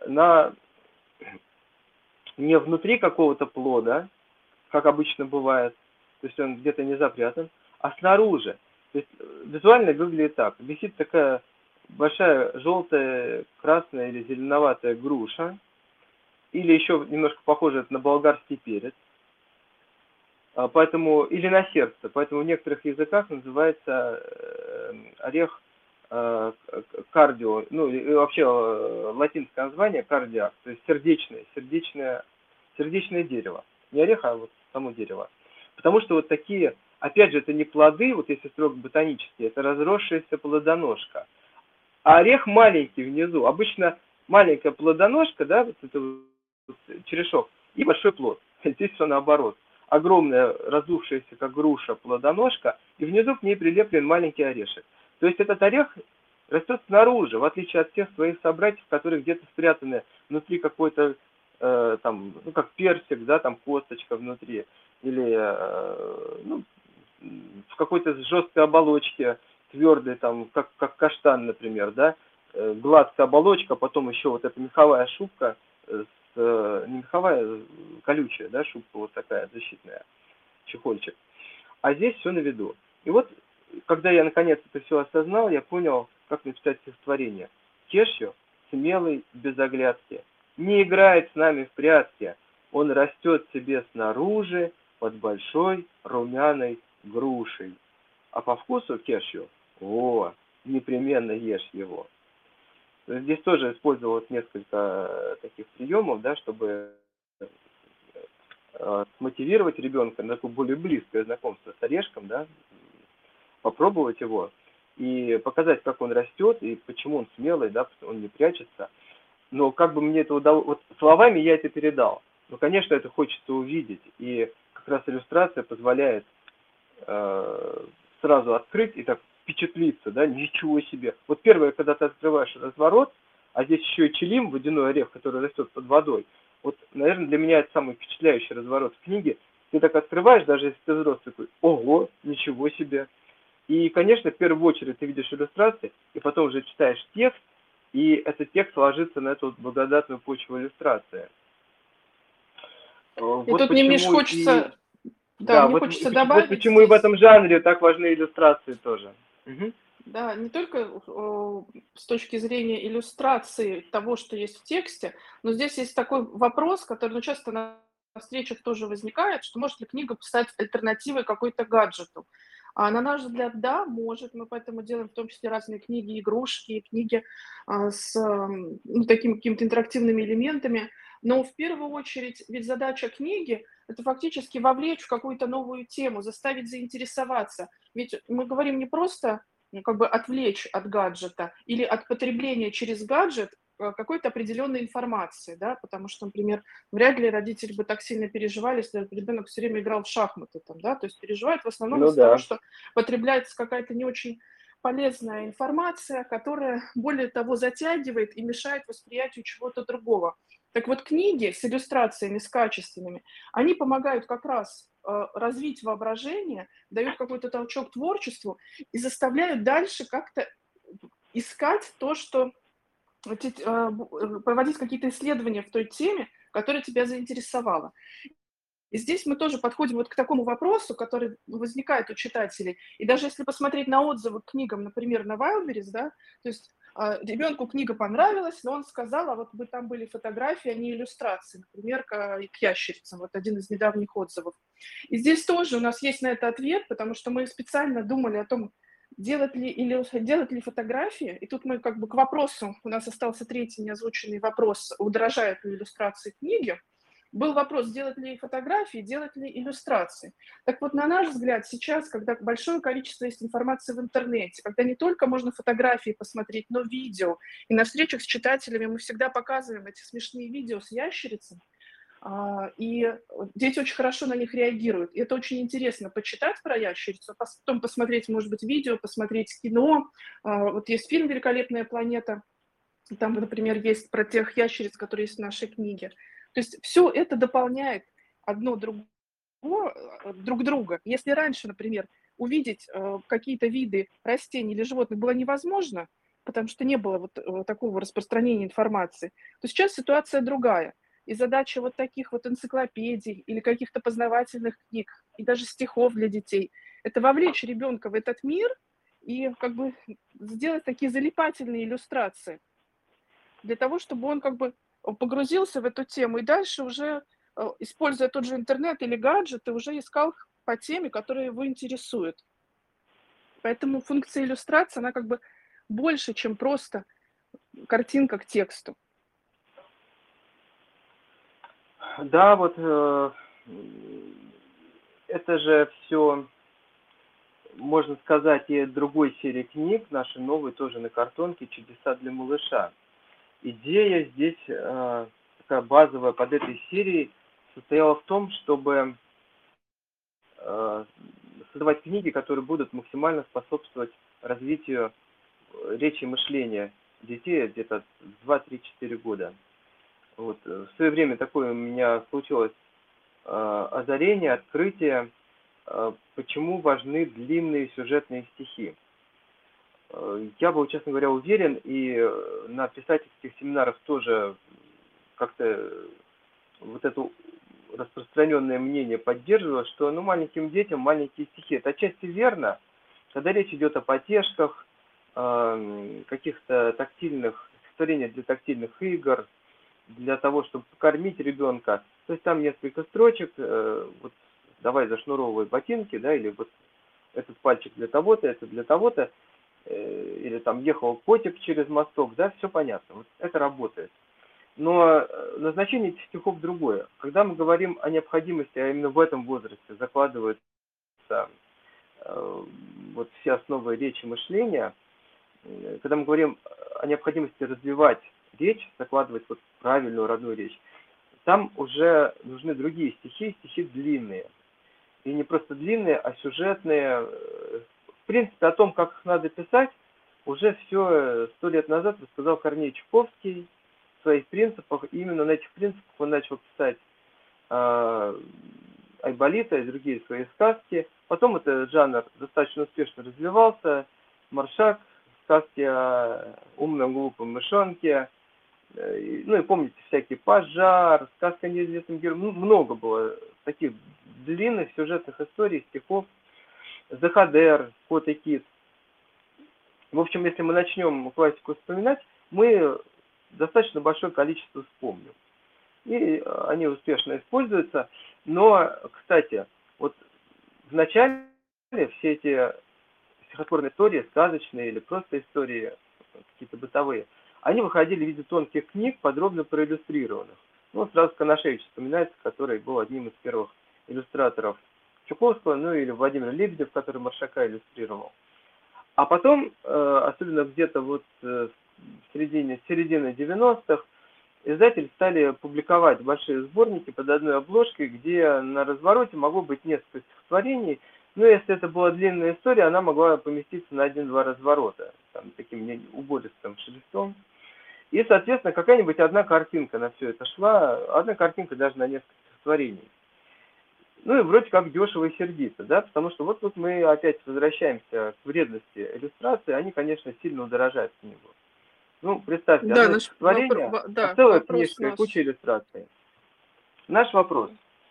не внутри какого-то плода, как обычно бывает, то есть он где-то не запрятан, а снаружи. То есть визуально выглядит так. Висит такая большая желтая, красная или зеленоватая груша, или еще немножко похоже на болгарский перец, поэтому, или на сердце. Поэтому в некоторых языках называется орех кардио, ну и вообще латинское название кардиак, то есть сердечное дерево. Не орех, а вот само дерево. Потому что вот такие, опять же, это не плоды, вот если строго ботанические, это разросшаяся плодоножка. А орех маленький внизу. Обычно маленькая плодоножка, да, вот это вот черешок, и большой плод. Здесь все наоборот. Огромная, раздувшаяся, как груша, плодоножка, и внизу к ней прилеплен маленький орешек. То есть этот орех растет снаружи, в отличие от всех своих собратьев, которые где-то спрятаны внутри какой-то, там, ну, как персик, да, там косточка внутри, или, ну, в какой-то жесткой оболочке, твердой, там, как каштан, например, да, гладкая оболочка, потом еще вот эта меховая шубка, не меховая, колючая, да, шубка вот такая защитная, чехольчик. А здесь все на виду. И вот, когда я наконец это все осознал, я понял, как написать стихотворение. Кешью, смелый, без оглядки, не играет с нами в прятки. Он растет себе снаружи под большой румяной грушей. А по вкусу кешью, непременно ешь его. Здесь тоже использовал вот несколько таких приемов, да, чтобы мотивировать ребенка на такое более близкое знакомство с орешком, да, попробовать его и показать, как он растет и почему он смелый, да, он не прячется. Но как бы мне это удалось, вот словами я это передал, но, конечно, это хочется увидеть, и как раз иллюстрация позволяет сразу открыть и так впечатлиться, да, ничего себе. Вот первое, когда ты открываешь разворот, а здесь еще и чилим, водяной орех, который растет под водой. Вот, наверное, для меня это самый впечатляющий разворот в книге. Ты так открываешь, даже если ты взрослый, такой, ого, ничего себе. И, конечно, в первую очередь ты видишь иллюстрации, и потом уже читаешь текст, и этот текст ложится на эту вот благодатную почву иллюстрации. И Вот тут мне, Миш, почему и... хочется, да, Да, мне вот, хочется вот добавить почему и в здесь, этом жанре так важны иллюстрации тоже. Угу. да, не только с точки зрения иллюстрации того, что есть в тексте, но здесь есть такой вопрос, который, ну, часто встречах тоже возникает, что может ли книга стать альтернативой какой-то гаджету. А на наш взгляд, да, может. Мы поэтому делаем в том числе разные книги, игрушки, книги с ну, такими какими-то интерактивными элементами. Но в первую очередь, ведь задача книги — это фактически вовлечь в какую-то новую тему, заставить заинтересоваться. Ведь мы говорим не просто как бы отвлечь от гаджета или от потребления через гаджет какой-то определенной информации, да, потому что, например, вряд ли родители бы так сильно переживали, если ребенок все время играл в шахматы, там, да, то есть переживают в основном Ну из-за того, да. что потребляется какая-то не очень полезная информация, которая, более того, затягивает и мешает восприятию чего-то другого. Так вот, книги с иллюстрациями, с качественными, они помогают как раз развить воображение, дают какой-то толчок творчеству и заставляют дальше как-то искать то, что проводить какие-то исследования в той теме, которая тебя заинтересовала. И здесь мы тоже подходим вот к такому вопросу, который возникает у читателей. И даже если посмотреть на отзывы к книгам, например, на Wildberries, да, то есть ребенку книга понравилась, но он сказал, а вот бы там были фотографии, а не иллюстрации, например, к ящерицам, вот один из недавних отзывов. И здесь тоже у нас есть на это ответ, потому что мы специально думали о том, делать ли фотографии, и тут мы как бы к вопросу, у нас остался третий неозвученный вопрос, удорожают ли иллюстрации книги, был вопрос, делать ли фотографии, делать ли иллюстрации. Так вот, на наш взгляд, сейчас, когда большое количество есть информации в интернете, когда не только можно фотографии посмотреть, но видео, и на встречах с читателями мы всегда показываем эти смешные видео с ящерицами, и дети очень хорошо на них реагируют. И это очень интересно почитать про ящерицу, а потом посмотреть, может быть, видео, посмотреть кино. Вот есть фильм «Великолепная планета», там, например, есть про тех ящериц, которые есть в нашей книге. То есть все это дополняет одно друг друга. Если раньше, например, увидеть какие-то виды растений или животных было невозможно, потому что не было вот такого распространения информации, то сейчас ситуация другая. И задача вот таких вот энциклопедий или каких-то познавательных книг, и даже стихов для детей — это вовлечь ребенка в этот мир и как бы сделать такие залипательные иллюстрации для того, чтобы он как бы погрузился в эту тему и дальше уже, используя тот же интернет или гаджеты, уже искал по теме, которая его интересует. Поэтому функция иллюстрации, она как бы больше, чем просто картинка к тексту. Да, вот это же все, можно сказать, и другой серии книг, нашей новой, тоже на картонке, «Чудеса для малыша». Идея здесь такая базовая под этой серией состояла в том, чтобы создавать книги, которые будут максимально способствовать развитию речи и мышления детей где-то 2, 3, 4 года. Вот. В свое время такое у меня случилось озарение, открытие, почему важны длинные сюжетные стихи. Я был, честно говоря, уверен, и на писательских семинарах тоже как-то вот это распространенное мнение поддерживало, что ну, маленьким детям маленькие стихи. Это отчасти верно, когда речь идет о потешках, каких-то тактильных, стихотворениях для тактильных игр, для того, чтобы покормить ребенка. То есть там несколько строчек, вот давай зашнуровывай ботинки, да, или вот этот пальчик для того-то, это для того-то, или там ехал котик через мосток, да, все понятно, вот это работает. Но назначение этих стихов другое. Когда мы говорим о необходимости, а именно в этом возрасте закладываются вот все основы речи и мышления, когда мы говорим о необходимости развивать речь, закладывать вот правильную родную речь, там уже нужны другие стихи, стихи длинные. И не просто длинные, а сюжетные. В принципе, о том, как их надо писать, уже все 100 лет назад рассказал Корней Чуковский в своих принципах. И именно на этих принципах он начал писать Айболита и другие свои сказки. Потом этот жанр достаточно успешно развивался. Маршак, сказки о умном глупом мышонке. Ну и помните всякие «Пожар», «Сказка о неизвестном герое». Много было таких длинных сюжетных историй, стихов. «Захадер», «Кот и кит». В общем, если мы начнем классику вспоминать, мы достаточно большое количество вспомним. и они успешно используются. Но, кстати, вот в начале все эти стихотворные истории, сказочные или просто истории какие-то бытовые, они выходили в виде тонких книг, подробно проиллюстрированных. Ну, сразу Коношевич вспоминается, который был одним из первых иллюстраторов Чуковского, ну или Владимир Лебедев, который Маршака иллюстрировал. А потом, особенно где-то вот в середине 90-х, издатели стали публиковать большие сборники под одной обложкой, где на развороте могло быть несколько стихотворений. Но если это была длинная история, она могла поместиться на один-два разворота, там, таким убористым шрифтом. И, соответственно, какая-нибудь одна картинка на все это шла, одна картинка даже на несколько стихотворений. Ну и вроде как дешево и сердито, да, потому что вот тут мы опять возвращаемся к вредности иллюстрации, они, конечно, сильно удорожают книгу. Ну, представьте, Да, одно наш стихотворение, а да, целая вопрос книжка и куча наш. иллюстраций. Наш вопрос.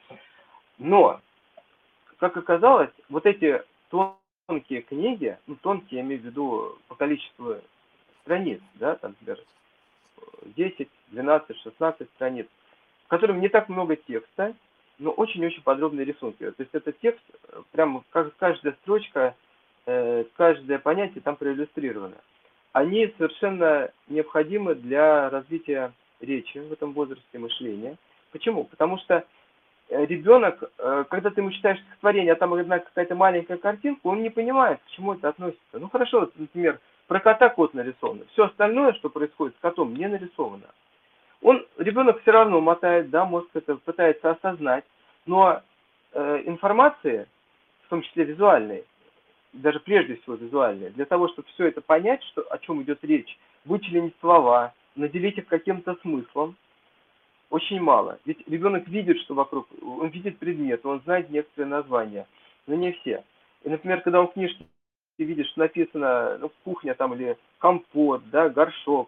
Но, как оказалось, вот эти тонкие книги, ну, тонкие, я имею в виду по количеству страниц, да, там, например, 10, 12, 16 страниц, в котором не так много текста, но очень-очень подробные рисунки. То есть это текст, прямо каждая строчка, каждое понятие там проиллюстрировано. Они совершенно необходимы для развития речи в этом возрасте, мышления. Почему? Потому что ребенок, когда ты ему читаешь стихотворение, а там одна какая-то маленькая картинка, он не понимает, к чему это относится. Ну хорошо, например, про кота кот нарисован. Все остальное, что происходит с котом, не нарисовано. Ребенок все равно мотает, да, мозг это пытается осознать, но информации, в том числе визуальной, даже прежде всего визуальной, для того, чтобы все это понять, о чем идет речь, вычленить слова, наделить их каким-то смыслом, очень мало. Ведь ребенок видит, что вокруг, он видит предметы, он знает некоторые названия, но не все. И, например, когда он в книжке видит, что написано, ну, кухня там или компот, да, горшок,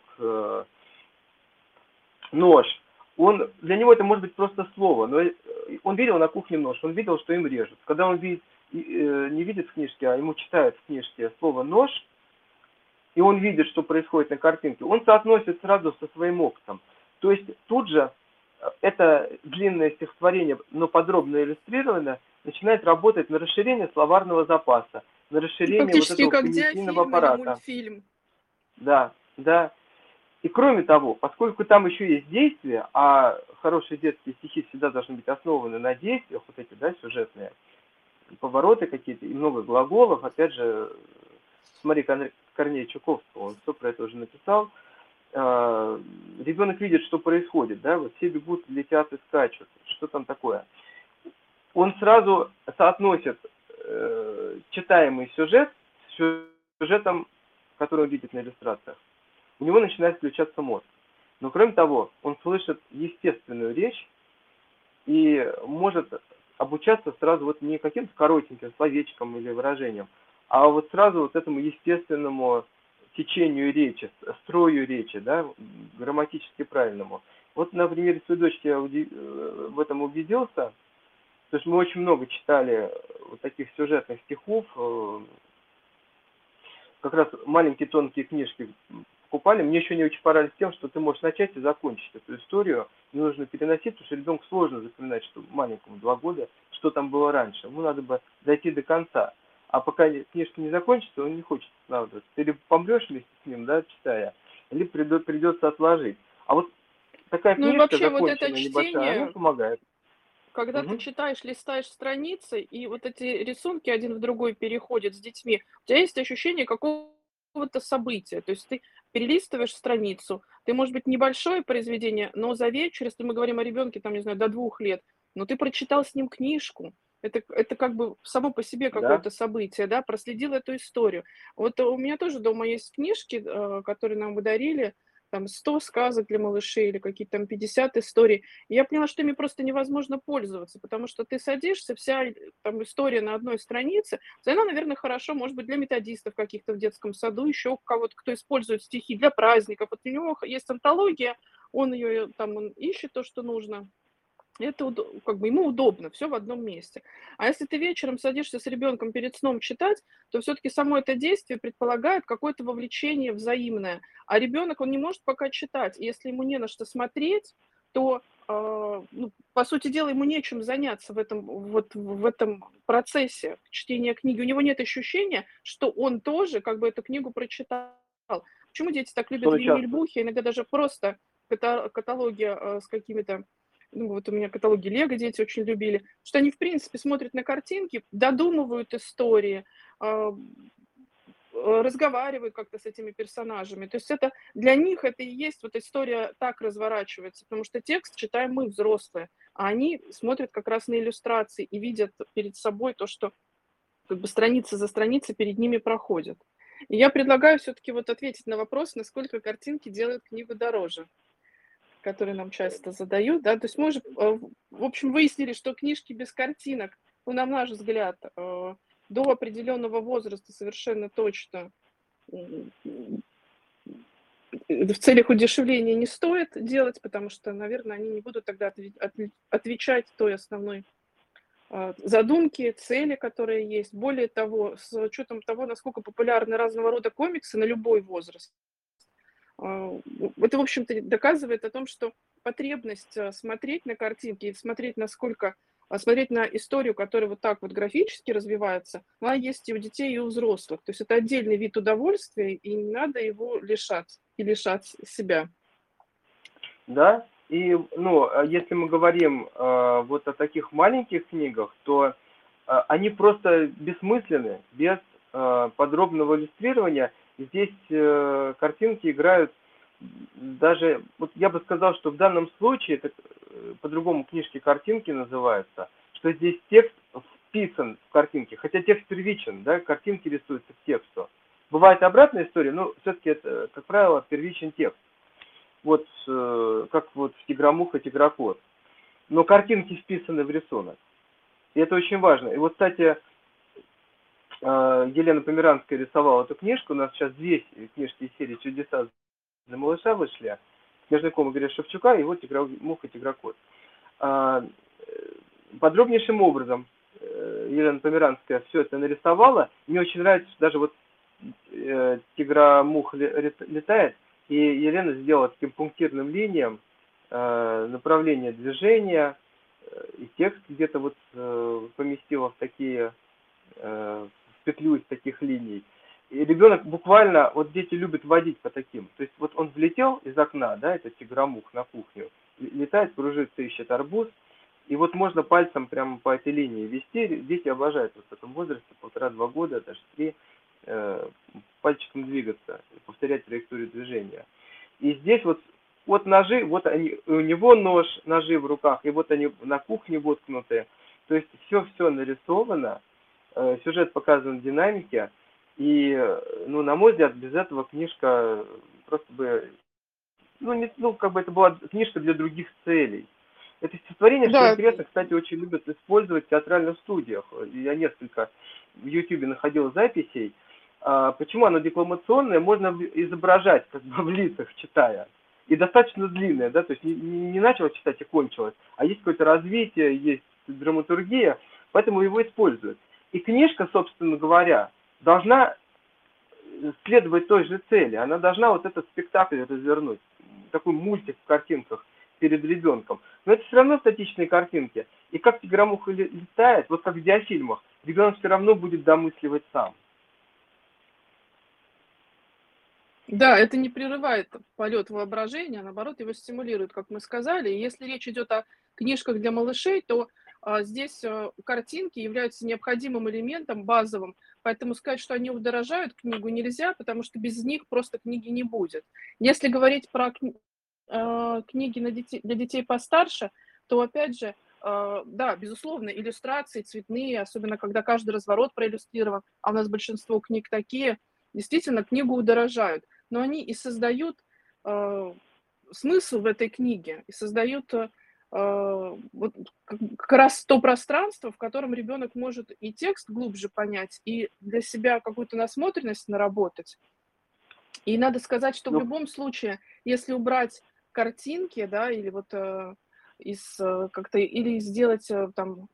нож, для него это может быть просто слово, но он видел на кухне нож, он видел, что им режут. Когда он не видит в книжке, а ему читают в книжке слово нож, и он видит, что происходит на картинке, он соотносит сразу со своим опытом. То есть тут же это длинное стихотворение, но подробно иллюстрированное, начинает работать на расширение словарного запаса, на расширение вот Фактически этого как когнитивного диафильм или аппарата. мультфильм. Да, да. И кроме того, поскольку там еще есть действия, а хорошие детские стихи всегда должны быть основаны на действиях, вот эти, да, сюжетные, повороты какие-то, и много глаголов, опять же, смотри, Корнея Чуковского, он все про это уже написал, ребенок видит, что происходит, да, вот все бегут, летят и скачут, что там такое. Он сразу соотносит читаемый сюжет с сюжетом, который он видит на иллюстрациях. У него начинает включаться мозг. Но кроме того, он слышит естественную речь и может обучаться сразу вот не каким-то коротеньким словечком или выражением, а вот сразу вот этому естественному течению речи, строю речи, да, грамматически правильному. Вот на примере своей дочки я в этом убедился, то есть мы очень много читали вот таких сюжетных стихов, как раз маленькие тонкие книжки покупали. Мне еще не очень понравилось тем, что ты можешь начать и закончить эту историю. Не нужно переносить, потому что ребенку сложно запоминать, что маленькому 2 года, что там было раньше. Ему надо бы дойти до конца. А пока книжка не закончится, он не хочет останавливаться. Ты либо помрешь вместе с ним, да, читая, либо придется отложить. А вот такая Ну и книжка вообще вот это законченная, небольшая, она чтение, помогает. когда ты Угу. читаешь, листаешь страницы, и вот эти рисунки один в другой переходят с детьми, у тебя есть ощущение какого-то события. То есть ты перелистываешь страницу, ты, может быть, небольшое произведение, но за вечер, если мы говорим о ребенке, там, не знаю, до 2 лет, но ты прочитал с ним книжку. Это как бы само по себе Да. какое-то событие, да, проследил эту историю. Вот у меня тоже дома есть книжки, которые нам выдарили, там 100 сказок для малышей или какие-то там 50 историй. И я поняла, что ими просто невозможно пользоваться, потому что ты садишься, вся там история на одной странице. Она, наверное, хорошо, может быть, для методистов каких-то в детском саду, еще у кого-то, кто использует стихи для праздников. Вот у него есть антология, он ее там он ищет то, что нужно. Это как бы ему удобно, все в одном месте. А если ты вечером садишься с ребенком перед сном читать, то все-таки само это действие предполагает какое-то вовлечение взаимное. А ребенок, он не может пока читать. И если ему не на что смотреть, то ну, по сути дела, ему нечем заняться в этом процессе чтения книги. У него нет ощущения, что он тоже как бы эту книгу прочитал. Почему дети так что любят он участвует. Винни-Пуха, иногда даже просто каталоги с какими-то, ну, вот у меня каталоги Лего дети очень любили, что они, в принципе, смотрят на картинки, додумывают истории, а, разговаривают как-то с этими персонажами. То есть это для них это и есть вот история так разворачивается, потому что текст читаем мы, взрослые, а они смотрят как раз на иллюстрации и видят перед собой то, что как бы страница за страницей перед ними проходит. И я предлагаю все-таки вот ответить на вопрос, насколько картинки делают книгу дороже, который нам часто задают, да. То есть мы уже, в общем, выяснили, что книжки без картинок, ну, на наш взгляд, до определенного возраста совершенно точно в целях удешевления не стоит делать, потому что, наверное, они не будут тогда отвечать той основной задумке, цели, которые есть. Более того, с учетом того, насколько популярны разного рода комиксы на любой возраст, это, в общем-то, доказывает о том, что потребность смотреть на картинки и смотреть, смотреть на историю, которая вот так вот графически развивается, она есть и у детей, и у взрослых. То есть это отдельный вид удовольствия, и не надо его лишать и лишать себя. Да, и, ну, если мы говорим вот о таких маленьких книгах, то они просто бессмысленны, без подробного иллюстрирования. Здесь картинки играют даже, вот я бы сказал, что в данном случае, это по-другому книжки картинки называются, что здесь текст вписан в картинки, хотя текст первичен, да, картинки рисуются к тексту. Бывает обратная история, но все-таки это, как правило, первичен текст. Вот как вот в «Тигромуха, Тигрокот». Но картинки вписаны в рисунок. И это очень важно. И вот, кстати, Елена Померанская рисовала эту книжку. У нас сейчас две книжки из серии «Чудеса для малыша» вышли. «Снежный ком» Игоря Шевчука и вот «Тигромуха, Тигрокот». Подробнейшим образом Елена Померанская все это нарисовала. Мне очень нравится, что даже вот Тигромух летает, и Елена сделала таким пунктирным линиям направление движения, и текст где-то вот поместила в такие, в петлю из таких линий. И ребенок буквально, вот дети любят водить по таким. То есть вот он влетел из окна, да, это Тигромух на кухню, летает, кружится, ищет арбуз, и вот можно пальцем прямо по этой линии вести. Дети обожают вот в этом возрасте, 1,5-2 года, даже 3, пальчиком двигаться, повторять траекторию движения. И здесь вот ножи, вот они, у него ножи в руках, и вот они на кухне воткнуты. То есть все нарисовано, сюжет показан в динамике, и, ну, на мой взгляд, без этого книжка просто бы, как бы это была книжка для других целей. Это стихотворение, что Да, интересно, кстати, очень любят использовать в театральных студиях. Я несколько в YouTube находил записей. Почему оно декламационное? Можно изображать, как бы в лицах читая. И достаточно длинное, да, то есть не начало читать и кончилось, а есть какое-то развитие, есть драматургия, поэтому его используют. И книжка, собственно говоря, должна следовать той же цели. Она должна вот этот спектакль развернуть, такой мультик в картинках перед ребенком. Но это все равно статичные картинки. И как Тигромуха летает, вот как в диафильмах, ребенок все равно будет домысливать сам. да, это не прерывает полет воображения, а наоборот его стимулирует, как мы сказали. И если речь идет о книжках для малышей, то здесь картинки являются необходимым элементом, базовым. Поэтому сказать, что они удорожают книгу, нельзя, потому что без них просто книги не будет. Если говорить про книги для детей постарше, то опять же, да, безусловно, иллюстрации цветные, особенно когда каждый разворот проиллюстрирован, а у нас большинство книг такие, действительно книгу удорожают, но они и создают смысл в этой книге, и создают вот как раз то пространство, в котором ребенок может и текст глубже понять, и для себя какую-то насмотренность наработать. И надо сказать, что в Ну, любом случае, если убрать картинки, да, или вот как-то, или сделать там,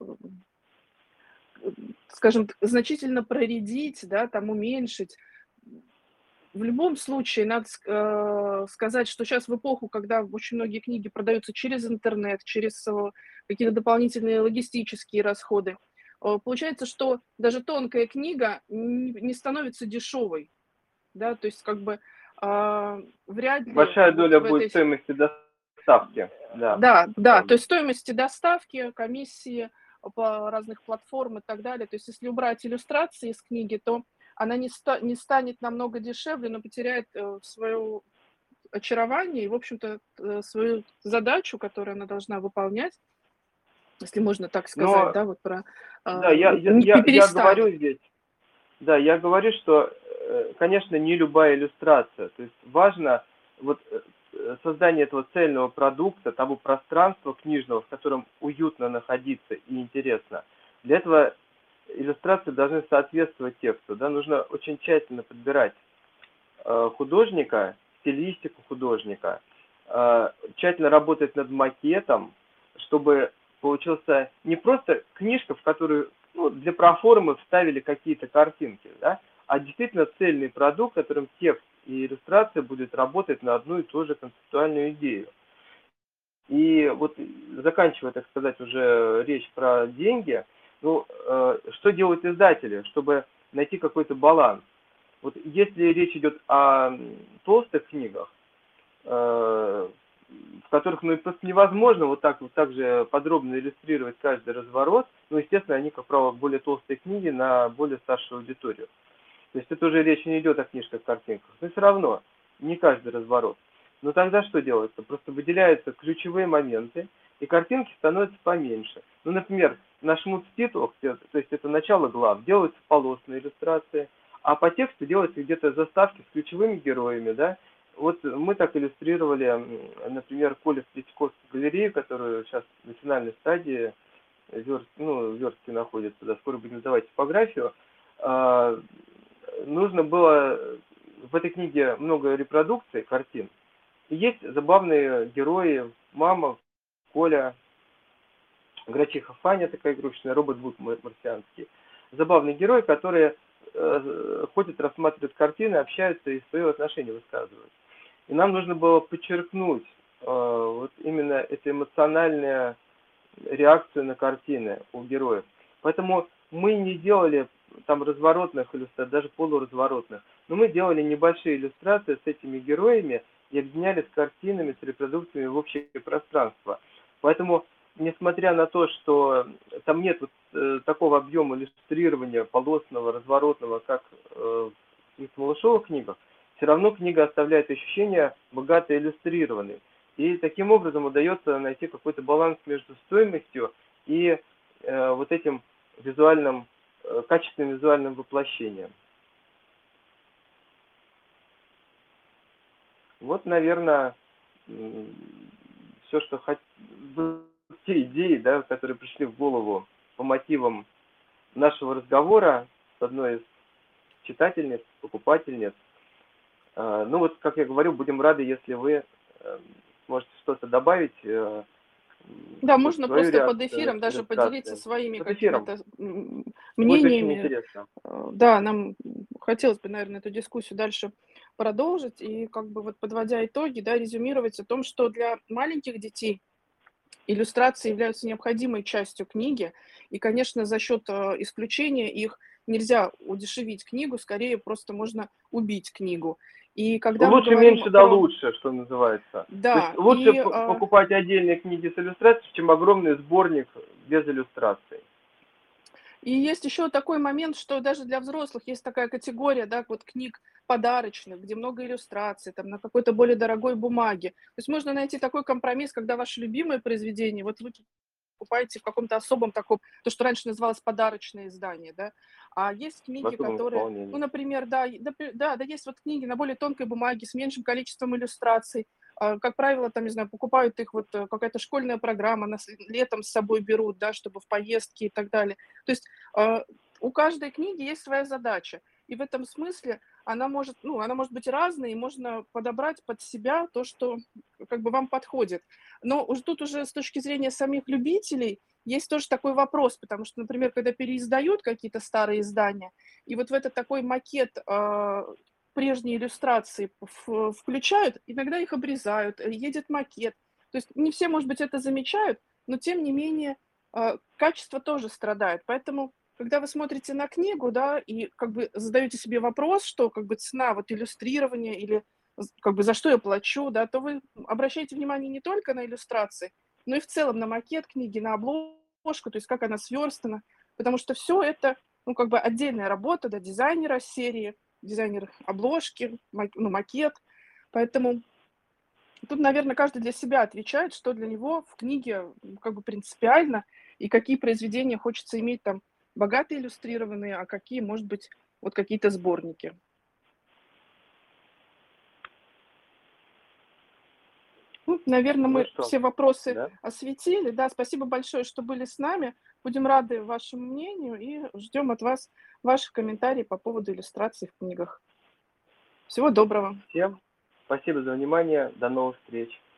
скажем, значительно проредить, да, там уменьшить, в любом случае надо сказать, что сейчас в эпоху, когда очень многие книги продаются через интернет, через какие-то дополнительные логистические расходы, получается, что даже тонкая книга не становится дешевой, да, то есть как бы вряд ли Большая вот доля в будет этой стоимости доставки, да, да, это да, то правда. есть стоимости доставки, комиссии по разных платформ и так далее. То есть если убрать иллюстрации из книги, то она не станет намного дешевле, но потеряет свое очарование и, в общем-то, свою задачу, которую она должна выполнять, если можно так сказать, Но, да, вот про да, не я перестанет. говорю здесь, да, я говорю, что, конечно, не любая иллюстрация. То есть важно вот создание этого цельного продукта, того пространства книжного, в котором уютно находиться и интересно. Для этого иллюстрации должны соответствовать тексту. Да? Нужно очень тщательно подбирать художника, стилистику художника, тщательно работать над макетом, чтобы получился не просто книжка, в которую для проформы вставили какие-то картинки, да, а действительно цельный продукт, в котором текст и иллюстрация будет работать на одну и ту же концептуальную идею. И вот заканчивая, так сказать, уже речь про деньги, что делают издатели, чтобы найти какой-то баланс? Вот если речь идет о толстых книгах, в которых просто невозможно вот так же подробно иллюстрировать каждый разворот, естественно, они, как правило, более толстые книги на более старшую аудиторию. То есть это уже речь не идет о книжках-картинках, но все равно не каждый разворот. Но тогда что делается? Просто выделяются ключевые моменты, и картинки становятся поменьше. Например, на шмуц-титулах, то есть это начало глав, делаются полосные иллюстрации, а по тексту делаются где-то заставки с ключевыми героями, да. Вот мы так иллюстрировали, например, Коля в Третьяковской галерее, которую сейчас на финальной стадии верстки находится, да, скоро будем сдавать типографию. Нужно было в этой книге много репродукций, картин. И есть забавные герои, мама, Коля, Грачиха Фаня, такая игрушечная, робот Бук марсианский. Забавные герои, которые ходят, рассматривают картины, общаются и свои отношения высказывают. И нам нужно было подчеркнуть вот именно эту эмоциональную реакцию на картины у героев. Поэтому мы не делали там разворотных иллюстраций, даже полуразворотных, но мы делали небольшие иллюстрации с этими героями и объединяли с картинами, с репродукциями в общее пространство. Поэтому, несмотря на то, что там нет такого объема иллюстрирования полосного, разворотного, как в малышовых книгах, все равно книга оставляет ощущение богато иллюстрированной. И таким образом удается найти какой-то баланс между стоимостью и вот этим качественным визуальным воплощением. Вот, наверное, все, что те идеи, да, которые пришли в голову по мотивам нашего разговора с одной из читательниц, покупательниц. Как я говорю, будем рады, если вы можете что-то добавить, Да, какую-то можно свою просто под реакцию, эфиром даже поделиться иллюстрации. своими Под эфиром. какими-то Будет очень мнениями. интересно. Да, нам хотелось бы, наверное, эту дискуссию дальше продолжить и как бы вот подводя итоги, да, резюмировать о том, что для маленьких детей иллюстрации являются необходимой частью книги, и, конечно, за счет исключения их нельзя удешевить книгу, скорее просто можно убить книгу. И когда мы Лучше говорим меньше да про... лучше, что называется. То есть Да, лучше и покупать отдельные книги с иллюстрацией, чем огромный сборник без иллюстраций. И есть еще такой момент, что даже для взрослых есть такая категория, да, вот книг подарочных, где много иллюстраций, там, на какой-то более дорогой бумаге. То есть можно найти такой компромисс, когда ваше любимое произведение, вот вы покупаете в каком-то особом таком, то, что раньше называлось подарочное издание, да. А есть В книги, особом которые, исполнении. например, да, есть вот книги на более тонкой бумаге с меньшим количеством иллюстраций. Как правило, там, не знаю, покупают их вот какая-то школьная программа, летом с собой берут, да, чтобы в поездки и так далее. То есть а, у каждой книги есть своя задача. И в этом смысле она может быть разной, и можно подобрать под себя то, что как бы вам подходит. Но уж тут уже с точки зрения самих любителей есть тоже такой вопрос, потому что, например, когда переиздают какие-то старые издания, и вот в этот такой макет прежние иллюстрации включают, иногда их обрезают, едет макет. То есть не все, может быть, это замечают, но тем не менее, качество тоже страдает. Поэтому, когда вы смотрите на книгу, да, и как бы задаете себе вопрос, что как бы цена вот иллюстрирования или как бы за что я плачу, да, то вы обращаете внимание не только на иллюстрации, но и в целом на макет книги, на обложку, то есть как она сверстана, потому что все это, ну, как бы отдельная работа, да, дизайнера серии, дизайнер обложки, ну, макет. Поэтому тут, наверное, каждый для себя отвечает, что для него в книге, как бы принципиально, и какие произведения хочется иметь там богато иллюстрированные, а какие, может быть, вот какие-то сборники. Ну, наверно, Ну мы что, все вопросы да? осветили. Да, спасибо большое, что были с нами. Будем рады вашему мнению и ждем от вас ваших комментариев по поводу иллюстраций в книгах. Всего доброго. Всем спасибо за внимание. До новых встреч.